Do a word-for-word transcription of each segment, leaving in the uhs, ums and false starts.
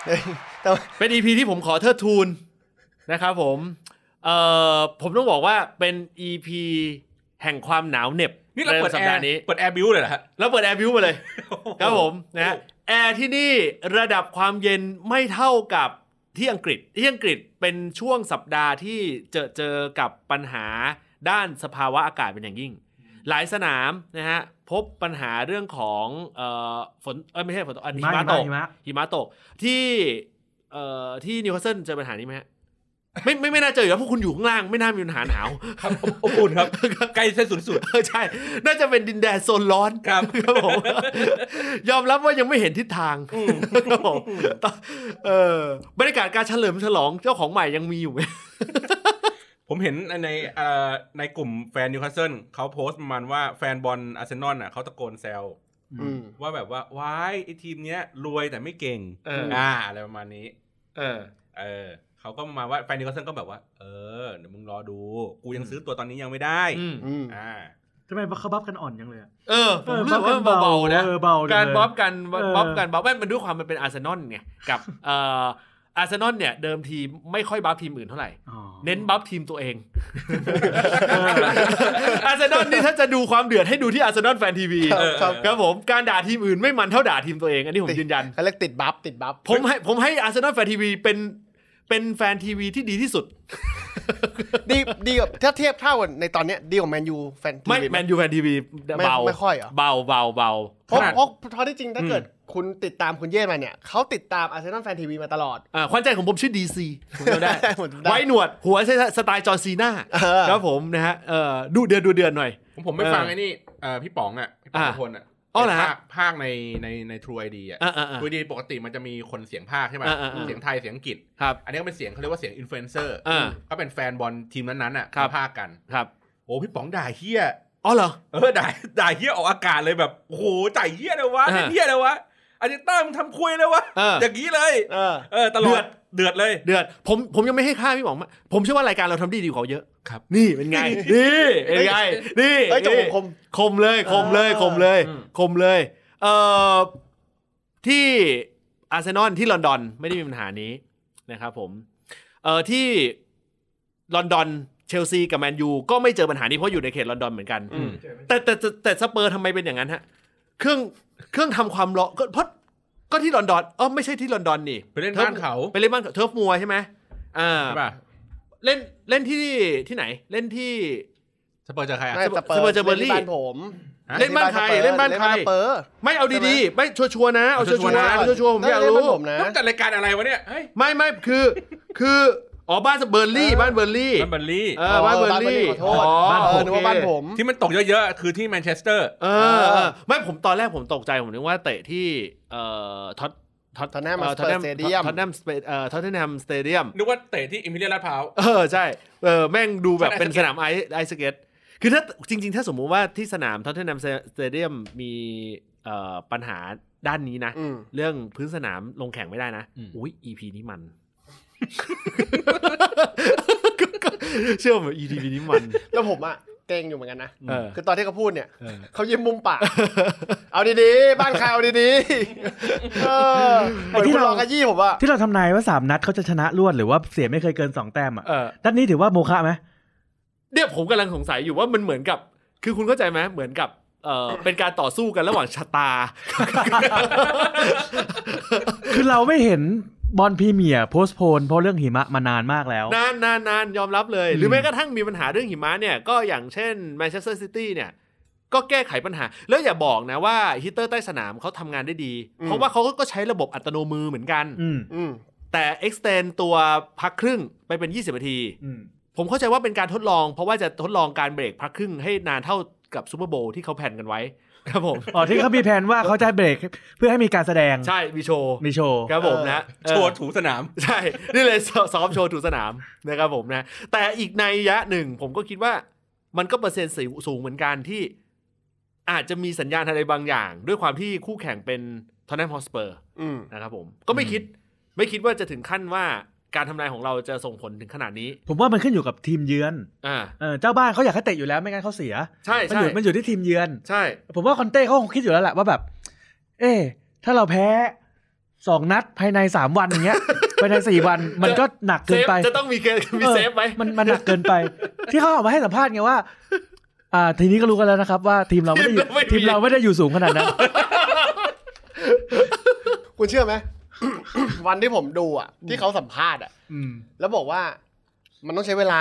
เป็น อี พี ที่ผมขอเทิดทูนนะครับผมเอ่อผมต้องบอกว่าเป็น อี พี แห่งความหนาวเหน็บนี่เราเปิดสัปดาห์นี้เปิดแอร์บิวเลยเหรอฮะแล้วเปิดแอร์บิวมาเลยครับผมนะแอร์ที่นี่ระดับความเย็นไม่เท่ากับที่อังกฤษที่อังกฤษเป็นช่วงสัปดาห์ที่เจอเจอกับปัญหาด้านสภาวะอากาศเป็นอย่างยิ่งหลายสนามนะฮะพบปัญหาเรื่องของเอ่อฝนเอ้ยไม่ใช่ฝนตกหิมะตกหิมะตกที่เอ่อที่นิวคาสเซิลเจอปัญหานี้ไหมฮะไม่ไม่ไม่น่าเจออยู่แล้วพวกคุณอยู่ข้างล่างไม่น่ามีปัญหาหนาวครับอบอุ่นครับใกล้เส้นศูนย์สูตรใช่น่าจะเป็นดินแดนโซนร้อนครับครับผมยอมรับว่ายังไม่เห็นทิศทางครับผมเออบรรยากาศการเฉลิมฉลองเจ้าของใหม่ยังมีอยู่ไหมผมเห็นในเอ่อในกลุ่มแฟนนิวคาสเซิลเขาโพสต์ประมาณว่าแฟนบอลอาร์เซนอลน่ะเขาตะโกนแซวว่าแบบว่าว้ายไอ้ทีมเนี้ยรวยแต่ไม่เก่งอ่าอะไรประมาณนี้เออเออเขาก็มาว่าแฟนนิวคาสเซิลก็แบบว่าเออเดี๋ยวมึงรอดูกูยังซื้อตัวตอนนี้ยังไม่ได้อ่าทำไมเขาบัฟกันอ่อนจังเลยเออผมรู้สึกว่าเบาๆนะการบัฟกันบัฟกันบัฟแม่มันด้วยความมันเป็นอาร์เซนอลไงกับเอ่ออาร์เซนอลเนี่ยเดิมทีไม่ค่อยบัฟทีมอื่นเท่าไหร่เน้นบัฟทีมตัวเองอาร์เซนอลนี่ถ้าจะดูความเดือดให้ดูที่อาร์เซนอลแฟนทีวีครับผมการด่าทีมอื่นไม่มันเท่าด่าทีมตัวเองอันนี้ผมยืนยันเขาเรียกติดบัฟติดบัฟผมให้ผมให้อาร์เซนอลแฟนทีวีเป็นเป็นแฟนทีวีที่ดีที่สุดดีดีกับถ้าเทียบเท่ากันในตอนเนี้ยดีกว่าแมนยูแฟนทีวีไม่แมนยูแฟนทีวีเบาไม่ค่อยเหรอเบาเบาเบาเพราะเพราะเพราะที่จริงถ้าเกิดคุณติดตามคุณเย่มาเนี่ยเขาติดตามอาร์เซนอลแฟนทีวีมาตลอดอ่าขวัญใจของผมชื่อ ดี ซี ผมจำได้ไว้หนวดหัวสไตล์จอร์ซีน่าครับผมนะฮะเอ่อดูเดือดดูเดือดหน่อยผมผมไม่ฟังไอ้นี่เอ่อพี่ป๋องอ่ะพี่ป๋องพลอ่ะอ๋อเหรอฮะภาคในในใน True ไอ ดี อ่ะ True ไอ ดี ปกติมันจะมีคนเสียงภาคใช่มั้ยเสียงไทยเสียงอังกฤษอันนี้ก็เป็นเสียงเค้าเรียกว่าเสียงอินฟลูเอนเซอร์ก็เป็นแฟนบอลทีมนั้นๆน่ะภาคกันครับโอ้พี่ป๋องด่าเหี้ยอ๋อเหรอเออด่าด่าเหี้ยออกอากาศเลยแบบโอ้โหใจเหี้ยเลยวะเหี้ยเลยวะอาร์เจนต้ามึงทำคุยเลยวะอย่างงี้เลยเออเออตลอดเดือดเลยเดือดผมผมยังไม่ให้ค่าพี่ป๋องผมเชื่อว่ารายการเราทำดีดีกว่าเยอะครับนี่เป็นไงนี่เป็นไงนี่เฮ้ยจมูกคมคมเลยคมเลยคมเลยคมเลยเอ่อที่อาร์เซนอลที่ลอนดอนไม่ได้มีปัญหานี้นะครับผมเอ่อที่ลอนดอนเชลซีกับแมนยูก็ไม่เจอปัญหานี้เพราะอยู่ในเขตลอนดอนเหมือนกันแต่แต่แต่สเปอร์ทำไมเป็นอย่างนั้นฮะเครื่องเครื่องทำความร้อนก็เพราะก็ที่ลอนดอนเออไม่ใช่ที่ลอนดอนนี่ไปเล่นบ้านเขาไปเล่นบ้านเทิร์ฟมัวใช่ไหมอ่าใช่ป่ะเล่นเล่นที่ที่ไหนเล่นที่สเปอร์จะใครอ่ะสเปอร์เจอเบอร์ลี่บ้านผมเล่นบ้านใครเล่นบ้านใครไม่เอาดีๆไม่ชัวร์ๆนะเอาชัวร์ๆนะเอาชัวร์ๆผมอยากรู้ต้องจัดรายการอะไรวะเนี่ยไม่ไม่คือคืออ๋อบ้านเบอร์ลี่บ้านเบอร์ลี่บ้านเบอร์ลี่เออบ้านเบอร์ลี่อ๋อบ้านผมนึกว่าบ้านผมที่มันตกเยอะๆคือที่แมนเชสเตอร์เออไม่ผมตอนแรกผมตกใจผมนึกว่าเตะที่เอ่อท็อตท็อตแนมสเตเดียมท็อตแนมเอ่อท็อตแนมสเตเดียมนึกว่าเตะที่อิมพีเรียลลาดพร้าวเออใช่เออแม่งดูแบบเป็นสนามไอซ์ไอซ์สเก็ตคือถ้าจริงๆถ้าสมมุติว่าที่สนามท็อตแนมสเตเดียมมีเอ่อปัญหาด้านนี้นะเรื่องพื้นสนามลงแข่งไม่ได้นะอุ้ย อี พี นี้มันเชื่อผม อี พี นี้มันแล้วผมอ่ะเก่งอยู่เหมือนกันนะคือตอนที่เขาพูดเนี่ยเขายิ้มมุมปากเอาดีๆบ้านใครเอาดีๆเออที่เราขยี้ผมว่าที่เราทำนายว่าสามนัดเขาจะชนะรวดหรือว่าเสียไม่เคยเกินสองแต้มอ่ะนัดนี้ถือว่าโมฆะมั้ยเนี่ยผมกำลังสงสัยอยู่ว่ามันเหมือนกับคือคุณเข้าใจไหมเหมือนกับเอ่อเป็นการต่อสู้กันระหว่างชะตาคือเราไม่เห็นบอลพรีเมียร์โพสต์โพนเพราะเรื่องหิมะมานานมากแล้วนานนานนานยอมรับเลยหรือแม้กระทั่งมีปัญหาเรื่องหิมะเนี่ยก็อย่างเช่นแมนเชสเตอร์ซิตี้เนี่ยก็แก้ไขปัญหาแล้วอย่าบอกนะว่าฮีเตอร์ใต้สนามเขาทำงานได้ดีเพราะว่าเขาก็ใช้ระบบอัตโนมือเหมือนกันแต่ extend ตัวพักครึ่งไปเป็นยี่สิบนาทีผมเข้าใจว่าเป็นการทดลองเพราะว่าจะทดลองการเบรกพักครึ่งให้นานเท่ากับซูเปอร์โบว์ที่เขาแผนกันไว้ครับผมอ๋อที่เขามีแผนว่าเขาจะเบรกเพื่อให้มีการแสดงใช่มีโชว์มีโชว์ครับผมนะโชว์ถูสนามใช่นี่เลยซ้อมโชว์ถูสนามนะครับผมนะแต่อีกนัยยะหนึ่งผมก็คิดว่ามันก็เปอร์เซ็นต์สูงเหมือนกันที่อาจจะมีสัญญาณอะไรบางอย่างด้วยความที่คู่แข่งเป็นท็อตแนมฮอตสเปอร์นะครับผมก็ไม่คิดไม่คิดว่าจะถึงขั้นว่าการทำนายของเราจะส่งผลถึงขนาดนี้ผมว่ามันขึ้นอยู่กับทีมเยือนอ่าเออเจ้าบ้านเขาอยากให้เตะอยู่แล้วไม่งั้นเขาเสียใช่มันอยู่มันอยู่ที่ทีมเยือนใช่ผมว่าคอนเต้เขาคงคิดอยู่แล้วแหละว่าแบบเอ๊ะถ้าเราแพ้สองนัดภายในสามวันอย่างเงี้ย ภายในสี่วันมันก็หนักเกินไปจะต้องมีมีเซฟไหมมันมันหนักเกินไปที่เขาออกมาให้สัมภาษณ์ไงว่าอ่าทีนี้ก็รู้กันแล้วนะครับว่าทีมเราไม่ได้อยู่ทีมเราไม่ได้อยู่สูงขนาดนั้นคุณเชื่อไหม วันที่ผมดูอ่ะที่เขาสัมภาษณ์อ่ะแล้วบอกว่ามันต้องใช้เวลา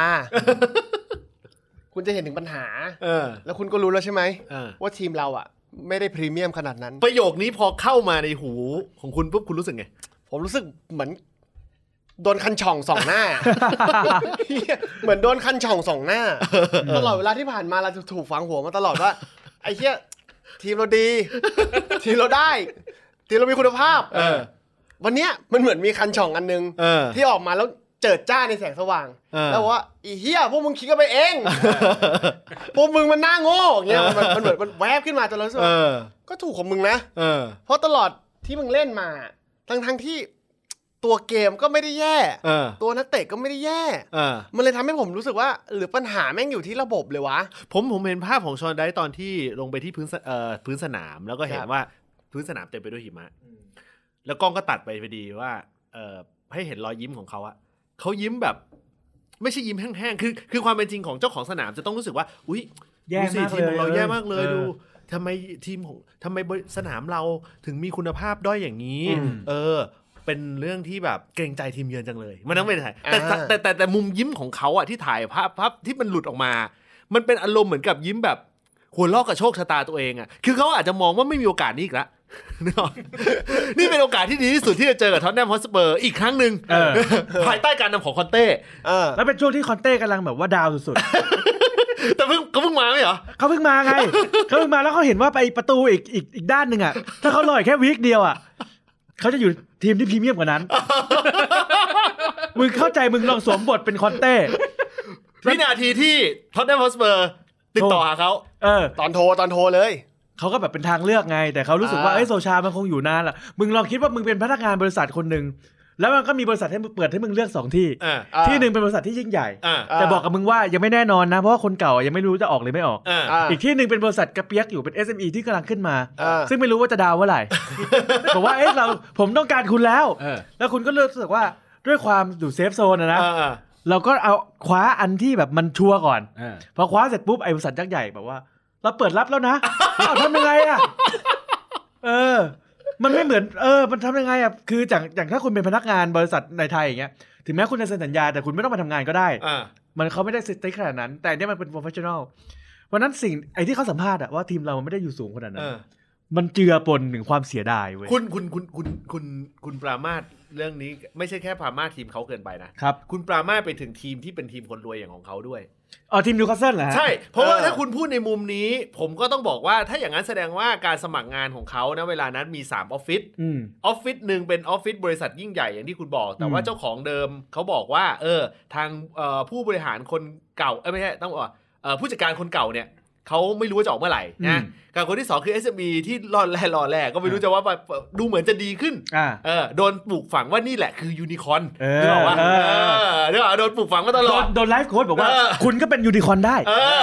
คุณจะเห็นถึงปัญหาแล้วคุณก็รู้แล้วใช่ไหมว่าทีมเราอ่ะไม่ได้พรีเมียมขนาดนั้นประโยคนี้พอเข้ามาในหูของคุณปุ๊บคุณรู้สึกไงผมรู้สึกเหมือนโดนคันช่องสองหน้า เหมือนโดนคันช่องสองหน้าตลอดเวลาที่ผ่านมาเราถูกฝังหัวมาตลอดว่าไอ้เหี้ยทีมเราดีทีมเราได้ทีมเรามีคุณภาพวันเนี้ยมันเหมือนมีคันช่องอันนึงที่ออกมาแล้วเจิดจ้าในแสงสว่างแล้วบอกว่าอีเหี้ยพวกมึงคิดกันไปเองพวกมึงมันน่าโง่อย่างเงี้ยมันมันเหมือนมันแวบขึ้นมาจนเรารู้สึกก็ถูกของมึงนะเพราะตลอดที่มึงเล่นมาทั้งทั้งที่ตัวเกมก็ไม่ได้แย่ตัวนักเตะก็ไม่ได้แย่มันเลยทำให้ผมรู้สึกว่าหรือปัญหาแม่งอยู่ที่ระบบเลยวะผมผมเห็นภาพของชอนไดตอนที่ลงไปที่พื้นเอ่อพื้นสนามแล้วก็เห็นว่าพื้นสนามเต็มไปด้วยหิมะแล้วกล้องก็ตัดไปพอดีว่าเอ่อให้เห็นรอยยิ้มของเขาอะเขายิ้มแบบไม่ใช่ยิ้มแห้งๆคือคือความเป็นจริงของเจ้าของสนามจะต้องรู้สึกว่าอุ๊ยแย่มากเลยทีมของเราแย่มากเลยดูทำไมทีมของทำไมสนามเราถึงมีคุณภาพด้อยอย่างนี้เออเป็นเรื่องที่แบบเกรงใจทีมเยือนจังเลยมันต้องเป็นไงแต่แต่แต่แต่มุมยิ้มของเขาอะที่ถ่ายภาพภาพที่มันหลุดออกมามันเป็นอารมณ์เหมือนกับยิ้มแบบหัวเราะกับโชคชะตาตัวเองอะคือเขาอาจจะมองว่าไม่มีโอกาสนี้อีกแล้วนี่เป็นโอกาสที่ดีที่สุดที่จะเจอกับท็อตแนมฮอตสเปอร์อีกครั้งหนึ่งภายใต้การนำของคอนเต้แล้วเป็นช่วงที่คอนเต้กำลังแบบว่าดาวสุดๆแต่เพิ่งเขาเพิ่งมาไม่เหรอเขาเพิ่งมาไงเขาเพิ่งมาแล้วเขาเห็นว่าไปประตูอีกอีกอีกด้านหนึ่งอ่ะถ้าเขาลอยแค่วีคเดียวอ่ะเขาจะอยู่ทีมที่พรีเมียมกว่านั้นมึงเข้าใจมึงลองสวมบทเป็นคอนเต้วินาทีที่ท็อตแนมฮอตสเปอร์ติดต่อหาเขาตอนโทรตอนโทรเลยเขาก็แบบเป็นทางเลือกไงแต่เขารู้สึกว่าเอ้ยโซชามันคงอยู่นานล่ะมึงลองคิดว่ามึงเป็นพนักงานบริษัทคนนึงแล้วมันก็มีบริษัทให้มึงเปิดให้มึงเลือกสองที่ที่นึงเป็นบริษัทที่ยิ่งใหญ่แต่บอกกับมึงว่ายังไม่แน่นอนนะเพราะว่าคนเก่ายังไม่รู้จะออกหรือไม่ออกอีกที่นึงเป็นบริษัทกระเปียกอยู่เป็น เอส เอ็ม อี ที่กำลังขึ้นมาซึ่งไม่รู้ว่าจะดาวเมื่อไหร่บอกว่าเอ้ยเราผมต้องการคุณแล้วแล้วคุณก็รู้สึกว่าด้วยความอยู่เซฟโซนนะเราก็เอาคว้าอันที่แบบมันชัวร์ก่อนพอคว้าเสร็จปุ๊บไอ้บริษัทยักษ์ใหญ่แบบว่าเราเปิดรับแล้วนะเอาทำยังไงอ่ะเออมันไม่เหมือนเออมันทำยังไงอ่ะคืออย่างอย่างถ้าคุณเป็นพนักงานบริษัทในไทยอย่างเงี้ยถึงแม้คุณจะเซ็นสัญญาแต่คุณไม่ต้องมาทำงานก็ได้มันเขาไม่ได้สติ๊กขนาดนั้นแต่เนี่ยมันเป็นโปรเฟชชั่นอลวันนั้นสิ่งไอ้ที่เขาสัมภาษณ์อะว่าทีมเรามันไม่ได้อยู่สูงขนาดนั้นมันเจือปนถึงความเสียดายเว้ยคุณคุณคุณคุณคุณคุณปรามาสเรื่องนี้ไม่ใช่แค่ปรามาสทีมเขาเกินไปนะครับคุณปรามาสไปถึงทีมที่เป็นทีมคนรวยอย่างของเขาด้วยอ๋อทีมนิวคาสเซิลเหรอใช่เพราะว่าถ้าคุณพูดในมุมนี้ผมก็ต้องบอกว่าถ้าอย่างนั้นแสดงว่าการสมัครงานของเขานะเวลานั้นมีสามออฟฟิศออฟฟิศนึงเป็นออฟฟิศบริษัทยิ่งใหญ่อย่างที่คุณบอกแต่ว่าเจ้าของเดิมเขาบอกว่าเออทางผู้บริหารคนเก่าเอ้ยไม่ใช่ต้องบอกผู้จัดการคนเก่าเนี่ยเขาไม่รู้ว่าจะออกเมื่อไหร่นะกับคนที่สองคือ เอส เอ็ม อี ที่รอดแร่รอแร่ก็ไม่รู้จะว่าดูเหมือนจะดีขึ้นเออโดนปลูกฝังว่านี่แหละคือยูนิคอร์นนึกออกว่าเดี๋ยวโดนปลูกฝังมาตลอดโดนไลฟ์โค้ชบอกว่าคุณก็เป็นยูนิคอร์นได้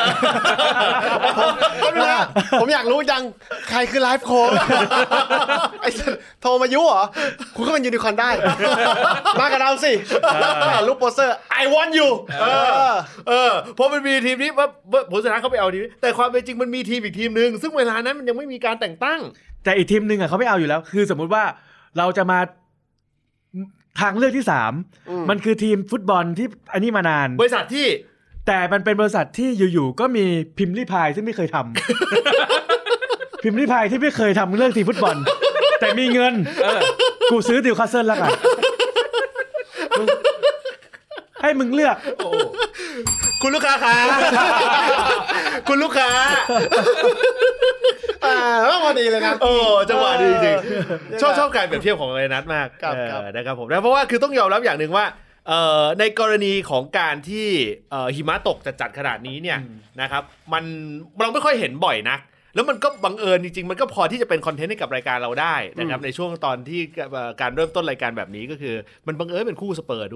ผมอยากรู้จังใครคือไลฟ์โค้ชไอ้โทรมายุเหรอคุณก็เป็นยูนิคอร์นได้มากับเราสิรูปโปสเตอร์ I want you เออเออพอมันมีทีมนี้ว่าผลสุดท้ายเขาไปเอาทีมแต่ความเป็นจริงมันมีทีมอีกทีมนึงซึ่งเวลานั้นมันยังไม่มีการแต่งตั้งแต่อีกทีมนึงอ่ะเขาไม่เอาอยู่แล้วคือสมมุติว่าเราจะมาทางเลือกที่สามมันคือทีมฟุตบอลที่อันนี้มานานบริษัทที่แต่มันเป็นบริษัทที่อยู่ๆก็มีพิมพ์ริพายซึ่งไม่เคยทำ พิมพ์ริพายที่ไม่เคยทำเรื่องทีมฟุตบอลแต่มีเงินกูซื้อนิวคาสเซิลแล้วกันให้มึงเลือกคุณลูกค้าคะคุณลูกค้าอ่าพอดีเลยนะโอ้จังหวะดีจริงชอบชอบการเปรียบเทียบของไอ้นัทมากนะครับผมนะเพราะว่าคือต้องยอมรับอย่างนึงว่าในกรณีของการที่หิมะตกจัดๆขนาดนี้เนี่ยนะครับมันเราไม่ค่อยเห็นบ่อยนักแล้วมันก็บังเอิญจริงๆมันก็พอที่จะเป็นคอนเทนต์ให้กับรายการเราได้นะครับในช่วงตอนที่การเริ่มต้นรายการแบบนี้ก็คือมันบังเอิญเป็นคู่สเปอร์ด้วย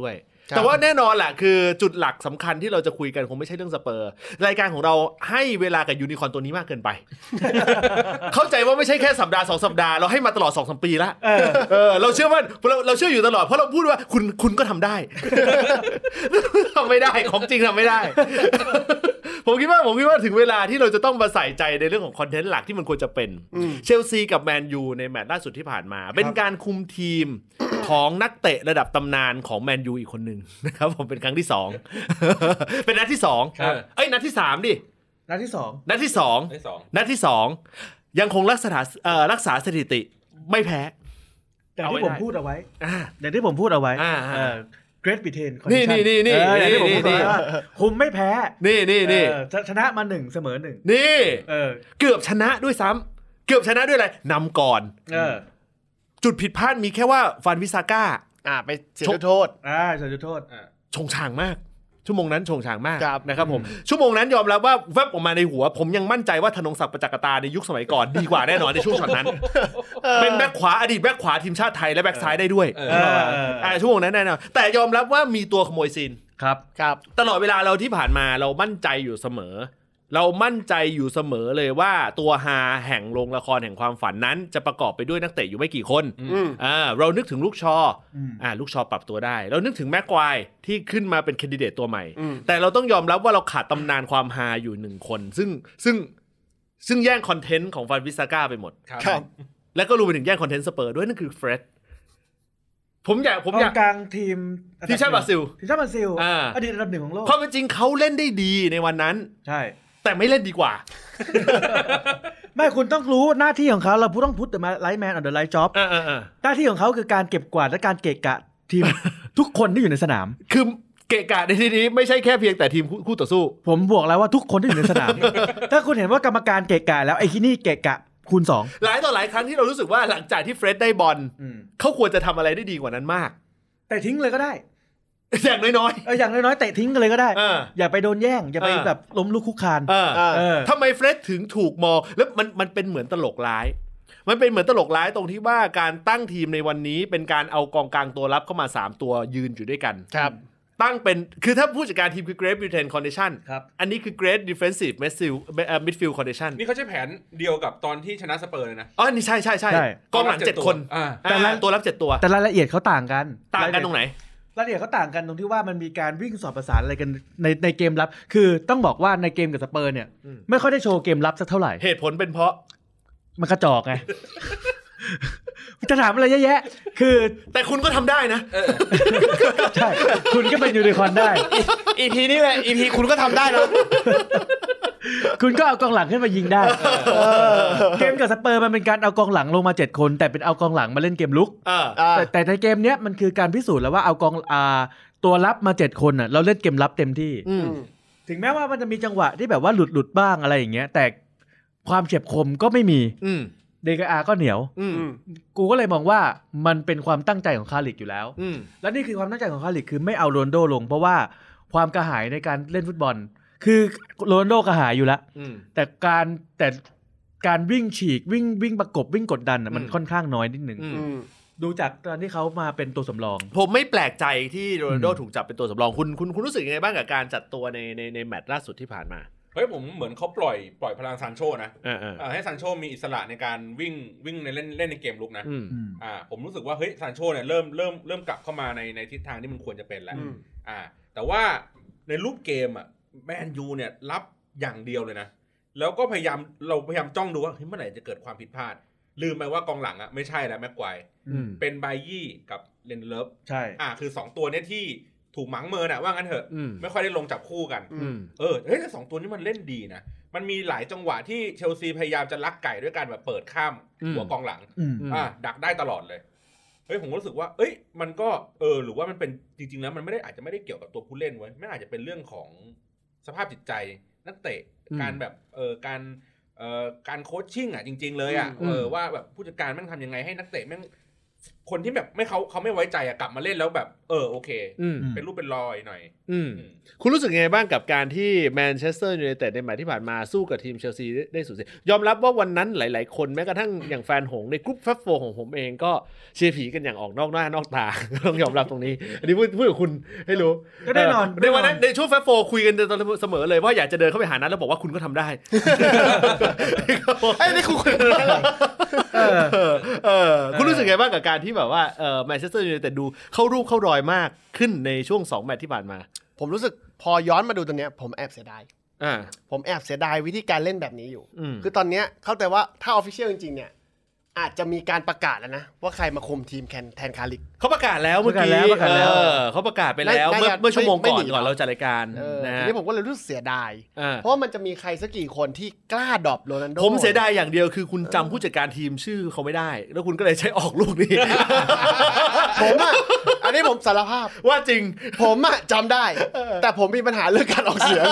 แต่ว่าแน่นอนแหละคือจุดหลักสำคัญที่เราจะคุยกันคงไม่ใช่เรื่องสเปอร์รายการของเราให้เวลากับยูนิคอร์นตัวนี้มากเกินไป เข้าใจว่าไม่ใช่แค่สัปดาห์สองสัปดาห์เราให้มาตลอด สองถึงสาม ปีแล้วเออเออเราเชื่อว่าเราเราเชื่ออยู่ตลอดเพราะเราพูดว่าคุณคุณก็ทำได้ ทำไม่ได้ของจริงทำไม่ได้ ผมคิดว่าผมคิดว่าถึงเวลาที่เราจะต้องมาใส่ใจในเรื่องของคอนเทนต์หลักที่มันควรจะเป็นเชลซีกับแมนยูในแมตช์ล่าสุดที่ผ่านมาเป็นการคุมทีมของนักเตะระดับตำนานของแมนยูอีกคนหนึ่งนะครับผมเป็นครั้งที่สอง เป็นนัดที่สองเอ้ยนัดที่สามดินัดที่สองนัดที่สองนัดที่สองยังคงรักษาเอ่อรักษาสถิติไม่แพ้อย่างที่ผมพูดเอาไว้อย่างที่ผมพูดเอาไว้เกรทบิเทนนี่นี่นี่นี่นี่คุมไม่แพ้นี่นี่นี่ชนะมาหนึ่งเสมอหนึ่งนี่เกือบชนะด้วยซ้ำเกือบชนะด้วยอะไรนำก่อนจุดผิดพลาดมีแค่ว่าฟานวิซาก้าอ่าไปเสียจุดโทษอ่าเสียจุดโทษชงช่างมากชั่วโมงนั้นชงช่างมากนะครับผมชั่วโมงนั้นยอมรับว่าแวบออกมาในหัวผมยังมั่นใจว่าธนงศักดิ์ประจักษ์ตาในยุคสมัยก่อนดีกว่าแน่นอนในช่วงช็อตนั้นเป็นแบ็คขวาอดีตแบ็คขวาทีมชาติไทยและแบ็คซ้ายได้ด้วยอ่าชั่วโมงนั้นแน่นอนแต่ยอมรับว่ามีตัวขโมยซีนครับครับตลอดเวลาเราที่ผ่านมาเรามั่นใจอยู่เสมอเรามั่นใจอยู่เสมอเลยว่าตัวฮาแห่งโรงละครแห่งความฝันนั้นจะประกอบไปด้วยนักเตะอยู่ไม่กี่คนอ่าเรานึกถึงลูกชออ่าลูกชอปรับตัวได้เรานึกถึงแม็กควายที่ขึ้นมาเป็นแคนดิเดตตัวใหม่แต่เราต้องยอมรับว่าเราขาดตำนานความฮาอยู่หนึ่งคนซึ่งซึ่งซึ่งแย่งคอนเทนต์ของฟานวิซาก้าไปหมดครับแล้วก็รวมไปถึงแย่งคอนเทนต์สเปอร์ด้วยนั่นคือเฟรดผมอยากผมอยากกลางทีมทีมชาติบราซิลทีมชาติบราซิลอดีตอันดับหนึ่งของโลกความเป็นจริงเขาเล่นได้ดีในวันนั้นใช่แต่ไม่เล่นดีกว่าไม่คุณต้องรู้หน้าที่ของเขาเราพูดต้องพูดแต่มาไลท์แมนออนเดอะไลท์จ็อบหน้าที่ของเขาคือการเก็บกวาดและการเกะกะทีม ทุกคนที่อยู่ในสนามคือเกะกะในที่นี้ไม่ใช่แค่เพียงแต่ทีมคู่ต่อสู้ผมบอกแล้วว่าทุกคนที่อยู่ในสนาม ถ้าคุณเห็นว่ากรรมการเกะกะแล้วไอ้ที่นี่เกะกะคูณสองหลายต่อหลายครั้งที่เรารู้สึกว่าหลังจากที่เฟรดได้บอลเขาควรจะทำอะไรได้ดีกว่านั้นมากแต่ทิ้งเลยก็ได้อย่างน้อยๆเอออย่างน้อยๆเตะทิ้งกันเลยก็ได้อย่าไปโดนแย่งอย่าไปแบบล้มลุกคุกคานทำไมเฟรดถึงถูกมองแล้วมันมันเป็นเหมือนตลกร้ายมันเป็นเหมือนตลกร้ายตรงที่ว่าการตั้งทีมในวันนี้เป็นการเอากองกลางตัวรับเข้ามาสามตัวยืนอยู่ด้วยกันครับตั้งเป็นคือถ้าผู้จัดการทีมคือ Great Britain Condition ครับอันนี้คือ Great Defensive Midfield Condition นี่เขาใช้แผนเดียวกับตอนที่ชนะสเปอร์เลยนะอ๋อนี่ใช่ใช่ใช่กองหลังเจ็ดคนแต่ตัวรับเจ็ดตัวแต่รายละเอียดเขาต่างกันต่างกันตรงไหนรายละเอียดเขาต่างกันตรงที่ว่ามันมีการวิ่งสอดประสานอะไรกันในในเกมรับคือต้องบอกว่าในเกมกับสเปอร์เนี่ยไม่ค่อยได้โชว์เกมรับสักเท่าไหร่เหตุผลเป็นเพราะมันกระจอกไงจะถามอะไรเยอะแยะคือแต่คุณก็ทำได้นะใช่คุณก็เป็นยูนิคอร์นได้อี พี นี้แหละ อี พี คุณก็ทำได้นะคุณก็เอากองหลังขึ้นมายิงได้เกมกับสเปอร์มันเป็นการเอากองหลังลงมาเจ็ดคนแต่เป็นเอากองหลังมาเล่นเกมลุกแต่แต่ในเกมเนี้ยมันคือการพิสูจน์แล้วว่าเอากองอ่าตัวรับมาเจ็ดคนน่ะเราเล่นเกมรับเต็มที่ถึงแม้ว่ามันจะมีจังหวะที่แบบว่าหลุดหลุดบ้างอะไรอย่างเงี้ยแต่ความเฉียบคมก็ไม่มีเดกอาก็เหนียวกูก็เลยมองว่ามันเป็นความตั้งใจของคาริกอยู่แล้วและนี่คือความตั้งใจของคาริกคือไม่เอาโรนลโดลงเพราะว่าความกระหายในการเล่นฟุตบอลคือโรนลโดกระหายอยู่แล้วแต่การแต่การวิ่งฉีกวิ่งวิ่งประกบวิ่งกดดันมันค่อนข้างน้อยนิดนึงดูจากตอนที่เขามาเป็นตัวสำรองผมไม่แปลกใจที่โรนัลโดถูกจับเป็นตัวสำรองคุณคุณคุณรู้สึกยังไงบ้างกับการจัดตัวในในในแมตช์ล่าสุดที่ผ่านมาเฮ้ยผมเหมือนเขาปล่อยปล่อยพลังซานโชนะให้ซานโชมีอิสระในการวิ่งวิ่งในเล่นเล่นในเกมลุกนะอ่าผมรู้สึกว่าเฮ้ยซานโชเนี่ยเริ่มเริ่มเริ่มกลับเข้ามาในในทิศทางที่มันควรจะเป็นแล้วอ่าแต่ว่าในรูปเกมอ่ะแมนยูเนี่ยรับอย่างเดียวเลยนะแล้วก็พยายามเราพยายามจ้องดูว่าเฮ้ยเมื่อไหร่จะเกิดความผิดพลาดลืมไปว่ากองหลังอ่ะไม่ใช่แล้วแม็กไกวร์เป็นไบยี่กับเลนเลิฟใช่อ่าคือสองตัวเนี้ยที่ถูกหมังเมินอ่ะว่างั้นเถอะไม่ค่อยได้ลงจับคู่กันเออเฮ้ยแต่สองตัวนี้มันเล่นดีนะมันมีหลายจังหวะที่เชลซีพยายามจะลักไก่ด้วยการแบบเปิดข้ามหัวกองหลังอ่าดักได้ตลอดเลยเฮ้ยผมรู้สึกว่าเอ้ยมันก็เออหรือว่ามันเป็นจริงๆแล้วมันไม่ได้อาจจะไม่ได้เกี่ยวกับตัวผู้เล่นไว้ไม่อาจจะเป็นเรื่องของสภาพจิตใจนักเตะการแบบเออการเอ่อการโค้ชชิ่งอ่ะจริงๆเลยอ่ะเออว่าแบบผู้จัดการแม่งทำยังไงให้นักเตะแม่งคนที่แบบไม่เขาเขาไม่ไว้ใจอะกลับมาเล่นแล้วแบบเออโอเคเป็นรูปเป็นรอยหน่อยคุณรู้สึกยังไงบ้างกับการที่แมนเชสเตอร์ยูไนเต็ดในแมตช์ที่ผ่านมาสู้กับทีมเชลซีได้สุดสิยอมรับว่าวันนั้นหลายๆคนแม้กระทั่งอย่างแฟนหงในกรุ๊ปแฟฟโฟของผมเองก็เชียร์ผีกันอย่างออกนอกหน้านอกตาต้องยอมรับตรงนี้อันนี้พูดพูดกับคุณให้รู้ก็แน่นอนในวันนั้นในช่วงแฟฟโฟคุยกันเสมอเลยว่าอยากจะเดินเข้าไปหานั้นแล้วบอกว่าคุณก็ทำได้ไอ้นี่คุณเออคุณรู้สึกไงบ้างกับการที่แบบว่าเออแมนเชสเตอร์ยูไนเต็ดดูเข้ารูปเข้ารอยมากขึ้นในช่วงสองแมตช์ที่ผ่านมาผมรู้สึกพอย้อนมาดูตรงเนี้ยผมแอบเสียดายผมแอบเสียดายวิธีการเล่นแบบนี้อยู่คือตอนเนี้ยเข้าใจว่าถ้าออฟฟิเชียลจริงๆเนี่ยอาจจะมีการประกาศแล้วนะว่าใครมาคุมทีมแทนคาริกเขาประกาศแล้วเมื่อกี้เขาประกาศไปแล้วเมื่อเมื่อชั่วโมงก่อนก่อนเราจัดรายการนะทีนี้ผมก็เลยรู้สึกเสียดายเพราะว่ามันจะมีใครสักกี่คนที่กล้าดรอปโรนัลโดผมเสียดายอย่างเดียวคือคุณจำผู้จัดการทีมชื่อเขาไม่ได้แล้วคุณก็เลยใช้ออกลูกนี้ผมอ่ะอันนี้ผมสารภาพว่าจริงผมอ่ะจำได้แต่ผมมีปัญหาเรื่องการออกเสียง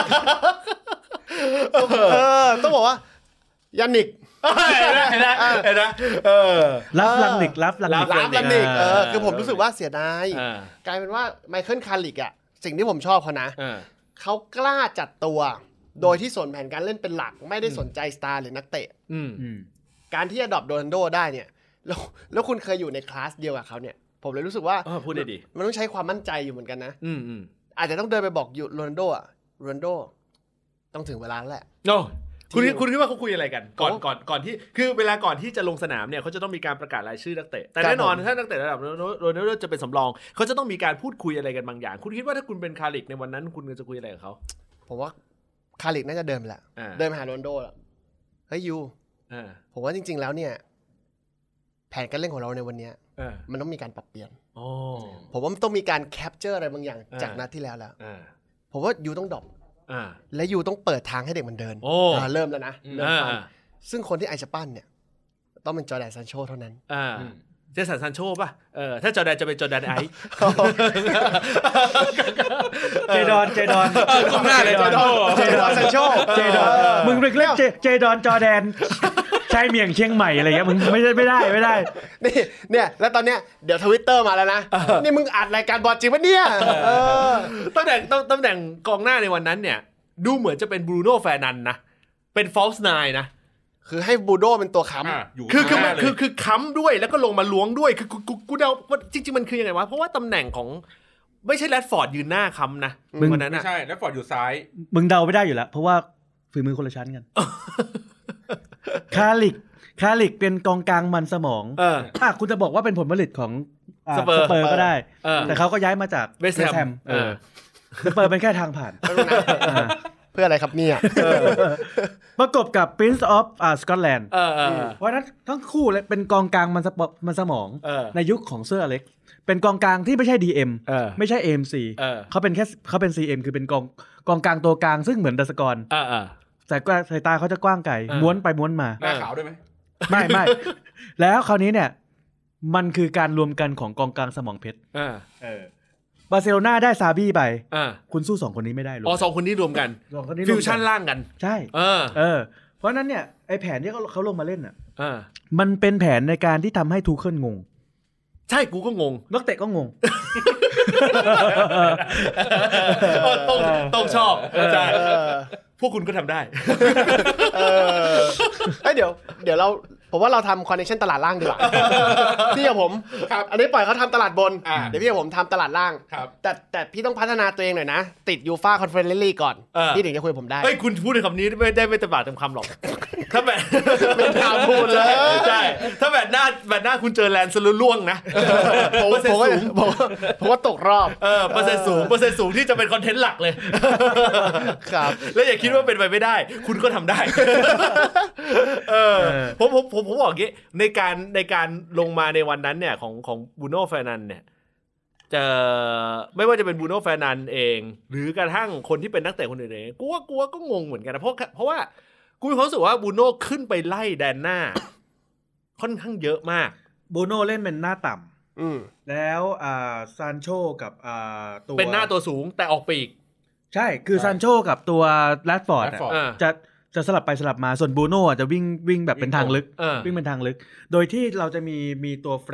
เออต้องบอกว่ายานิกเห็นนะเห็นนะเห็นนะเออรับลังนิกรับลังนิกรับลังนิกเออคือผมรู้สึกว่าเสียดายกลายเป็นว่าไมเคิลคาริกอ่ะสิ่งที่ผมชอบเขานะเขากล้าจัดตัวโดยที่สนแผนการเล่นเป็นหลักไม่ได้สนใจสตาร์หรือนักเตะการที่จะดรอปโรนัลโดได้เนี่ยแล้วแล้วคุณเคยอยู่ในคลาสเดียวกับเขาเนี่ยผมเลยรู้สึกว่าพูดได้ดีมันต้องใช้ความมั่นใจอยู่เหมือนกันนะอาจจะต้องเดินไปบอกอยู่โรนัลโดอ่ะโรนัลโดต้องถึงเวลาแล้วแหละคุณคุณคิดว่าเขาคุยอะไรกันก่อนก่อนก่อนที่คือเวลาก่อนที่จะลงสนามเนี่ยเขาจะต้องมีการประกาศรายชื่อนักเตะแต่แน่นอนถ้านักเตะระดับโรนัลโดจะเป็นสำรองเขาจะต้องมีการพูดคุยอะไรกันบางอย่างคุณคิดว่าถ้าคุณเป็นคาริกในวันนั้นคุณจะคุยอะไรกับเขาผมว่าคาริกน่าจะเดินไปแหละเดินมาหาโรนัลโดแล้วเฮ้ยยูผมว่าจริงๆแล้วเนี่ยแผนการเล่นของเราในวันนี้มันต้องมีการปรับเปลี่ยนผมว่ามันต้องมีการแคปเจอร์อะไรบางอย่างจากนัดที่แล้วแล้วผมว่ายูต้องดรอปและยูต้องเปิดทางให้เด็กมันเดินเริ่มแล้วนะเริ่มฟังซึ่งคนที่ไอจะปั้นเนี่ยต้องเป็นจอร์แดนซานโชเท่านั้นเจสันซานโชป่ะเออถ้าจอร์แดนจะเป็นจอร์แดนไอเจดอนเจดอนก้มหน้าเลยเจดอนเจดอนซานโชเจดอนมึงเรียกเจดอนจอร์แดนใช่เมียงเชียงใหม่อะไรเงี้ยมึงไม่ได้ไม่ได้ไม่ได้นี่เนี่ยแล้วตอนเนี้ยเดี๋ยว Twitter มาแล้วนะนี่มึงอัดรายการบอลจริงปะเนี่ยตำแหน่งตำแหน่งกองหน้าในวันนั้นเนี่ยดูเหมือนจะเป็นบรูโน่แฟร์นันนะเป็นฟอลส์ไนน์นะคือให้บูโดเป็นตัวค้ำคือคือคือคือค้ำด้วยแล้วก็ลงมาล้วงด้วยคือกูกูเดาว่าจริงๆมันคือยังไงวะเพราะว่าตำแหน่งของไม่ใช่แรดฟอร์ดยืนหน้าค้ำนะวันนั้นไม่ใช่แรดฟอร์ดอยู่ซ้ายมึงเดาไม่ได้อยู่แล้วเพราะว่าฝีมือคนละชั้นกันคาริกคาริกเป็นกองกลางมันสมองอ่ะคุณจะบอกว่าเป็นผลผลิตของสเปอร์ก็ได้แต่เขาก็ย้ายมาจากเวสต์แฮมสเปอร์เป็นแค่ทางผ่านเพื่ออะไรครับเนี่ยประกบกับ Prince of Scotland เพราะนั้นทั้งคู่เลยเป็นกองกลางมันมันสมองในยุคของเซอร์อเล็กซ์เป็นกองกลางที่ไม่ใช่ ดี เอ็ม ไม่ใช่ เอ เอ็ม ซี เขาเป็นแค่เขาเป็น ซี เอ็ม คือเป็นกองกองกลางตัวกลางซึ่งเหมือนดัสกรสายสายตาเขาจะกว้างไกลม้วนไปม้วนมาหน้าขาวด้วยไหมไม่ไม่แล้วคราวนี้เนี่ยมันคือการรวมกันของกองกลางสมองเพชรบาร์เซโลนาได้ซาบี้ไปคุณสู้สองคนนี้ไม่ได้เลยอ๋อสองคนนี้รวมกันฟิวชั่นล่างกันใช่เออเออเพราะนั้นเนี่ยไอแผนที่เขาเขาลงมาเล่นอ่ะมันเป็นแผนในการที่ทำให้ทูเคิลงงใช่กูก็งงนักเตะก็งงต้องต้องชอบใช่พวกคุณก็ทำได้เออเดี๋ยวเดี๋ยวเราผมว่าเราทำคอนเนคชั่นตลาดล่างดีกว่าพี่กับผมอันนี้ปล่อยเขาทำตลาดบนเดี๋ยวพี่กับผมทำตลาดล่างแต่แต่พี่ต้องพัฒนาตัวเองหน่อยนะติดยูฟ่าคอนเฟอเรนซ์ลีกก่อนพี่ถึงจะคุยผมได้เฮ้ยคุณพูดในคำนี้ไม่ได้ไม่ตบาดเต็มคำหรอกถ้าแบบเป็นข่าวพูดเลยใช่ถ้าแบบหน้าแบบหน้าคุณเจอแลนด์สลุล่วงนะผมว่าผมว่าตกรอบเออเปอร์เซ็นต์สูงเปอร์เซ็นต์สูงที่จะเป็นคอนเทนต์หลักเลยครับแล้วอย่าคิดว่าเป็นไปไม่ได้คุณก็ทำได้เออผมผมผมผมบอกงี้ในการในการลงมาในวันนั้นเนี่ยของของบูโน่เฟร์นันเนี่ยจะไม่ว่าจะเป็นบูโน่เฟร์นันเองหรือกระทั่งคนที่เป็นนักเตะคนอื่นเองกูว่ากูว่าก็งงเหมือนกันนะเพราะเพราะว่ากูมีความรู้สึกว่าบูโน่ขึ้นไปไล่แดนหน้าค่อนข้างเยอะมากบูโน่เล่นเป็นหน้าต่ำแล้วอ่าซานโชกับอ่าตัวเป็นหน้าตัวสูงแต่ออกปีกใช่คือซานโชกับตัวแรดฟอร์ดจะจะสลับไปสลับมาส่วนบูโน่จะวิ่งวิ่งแบบเป็นทางลึกวิ่งเป็นทางลึกโดยที่เราจะมีมีตัวเฟร็ด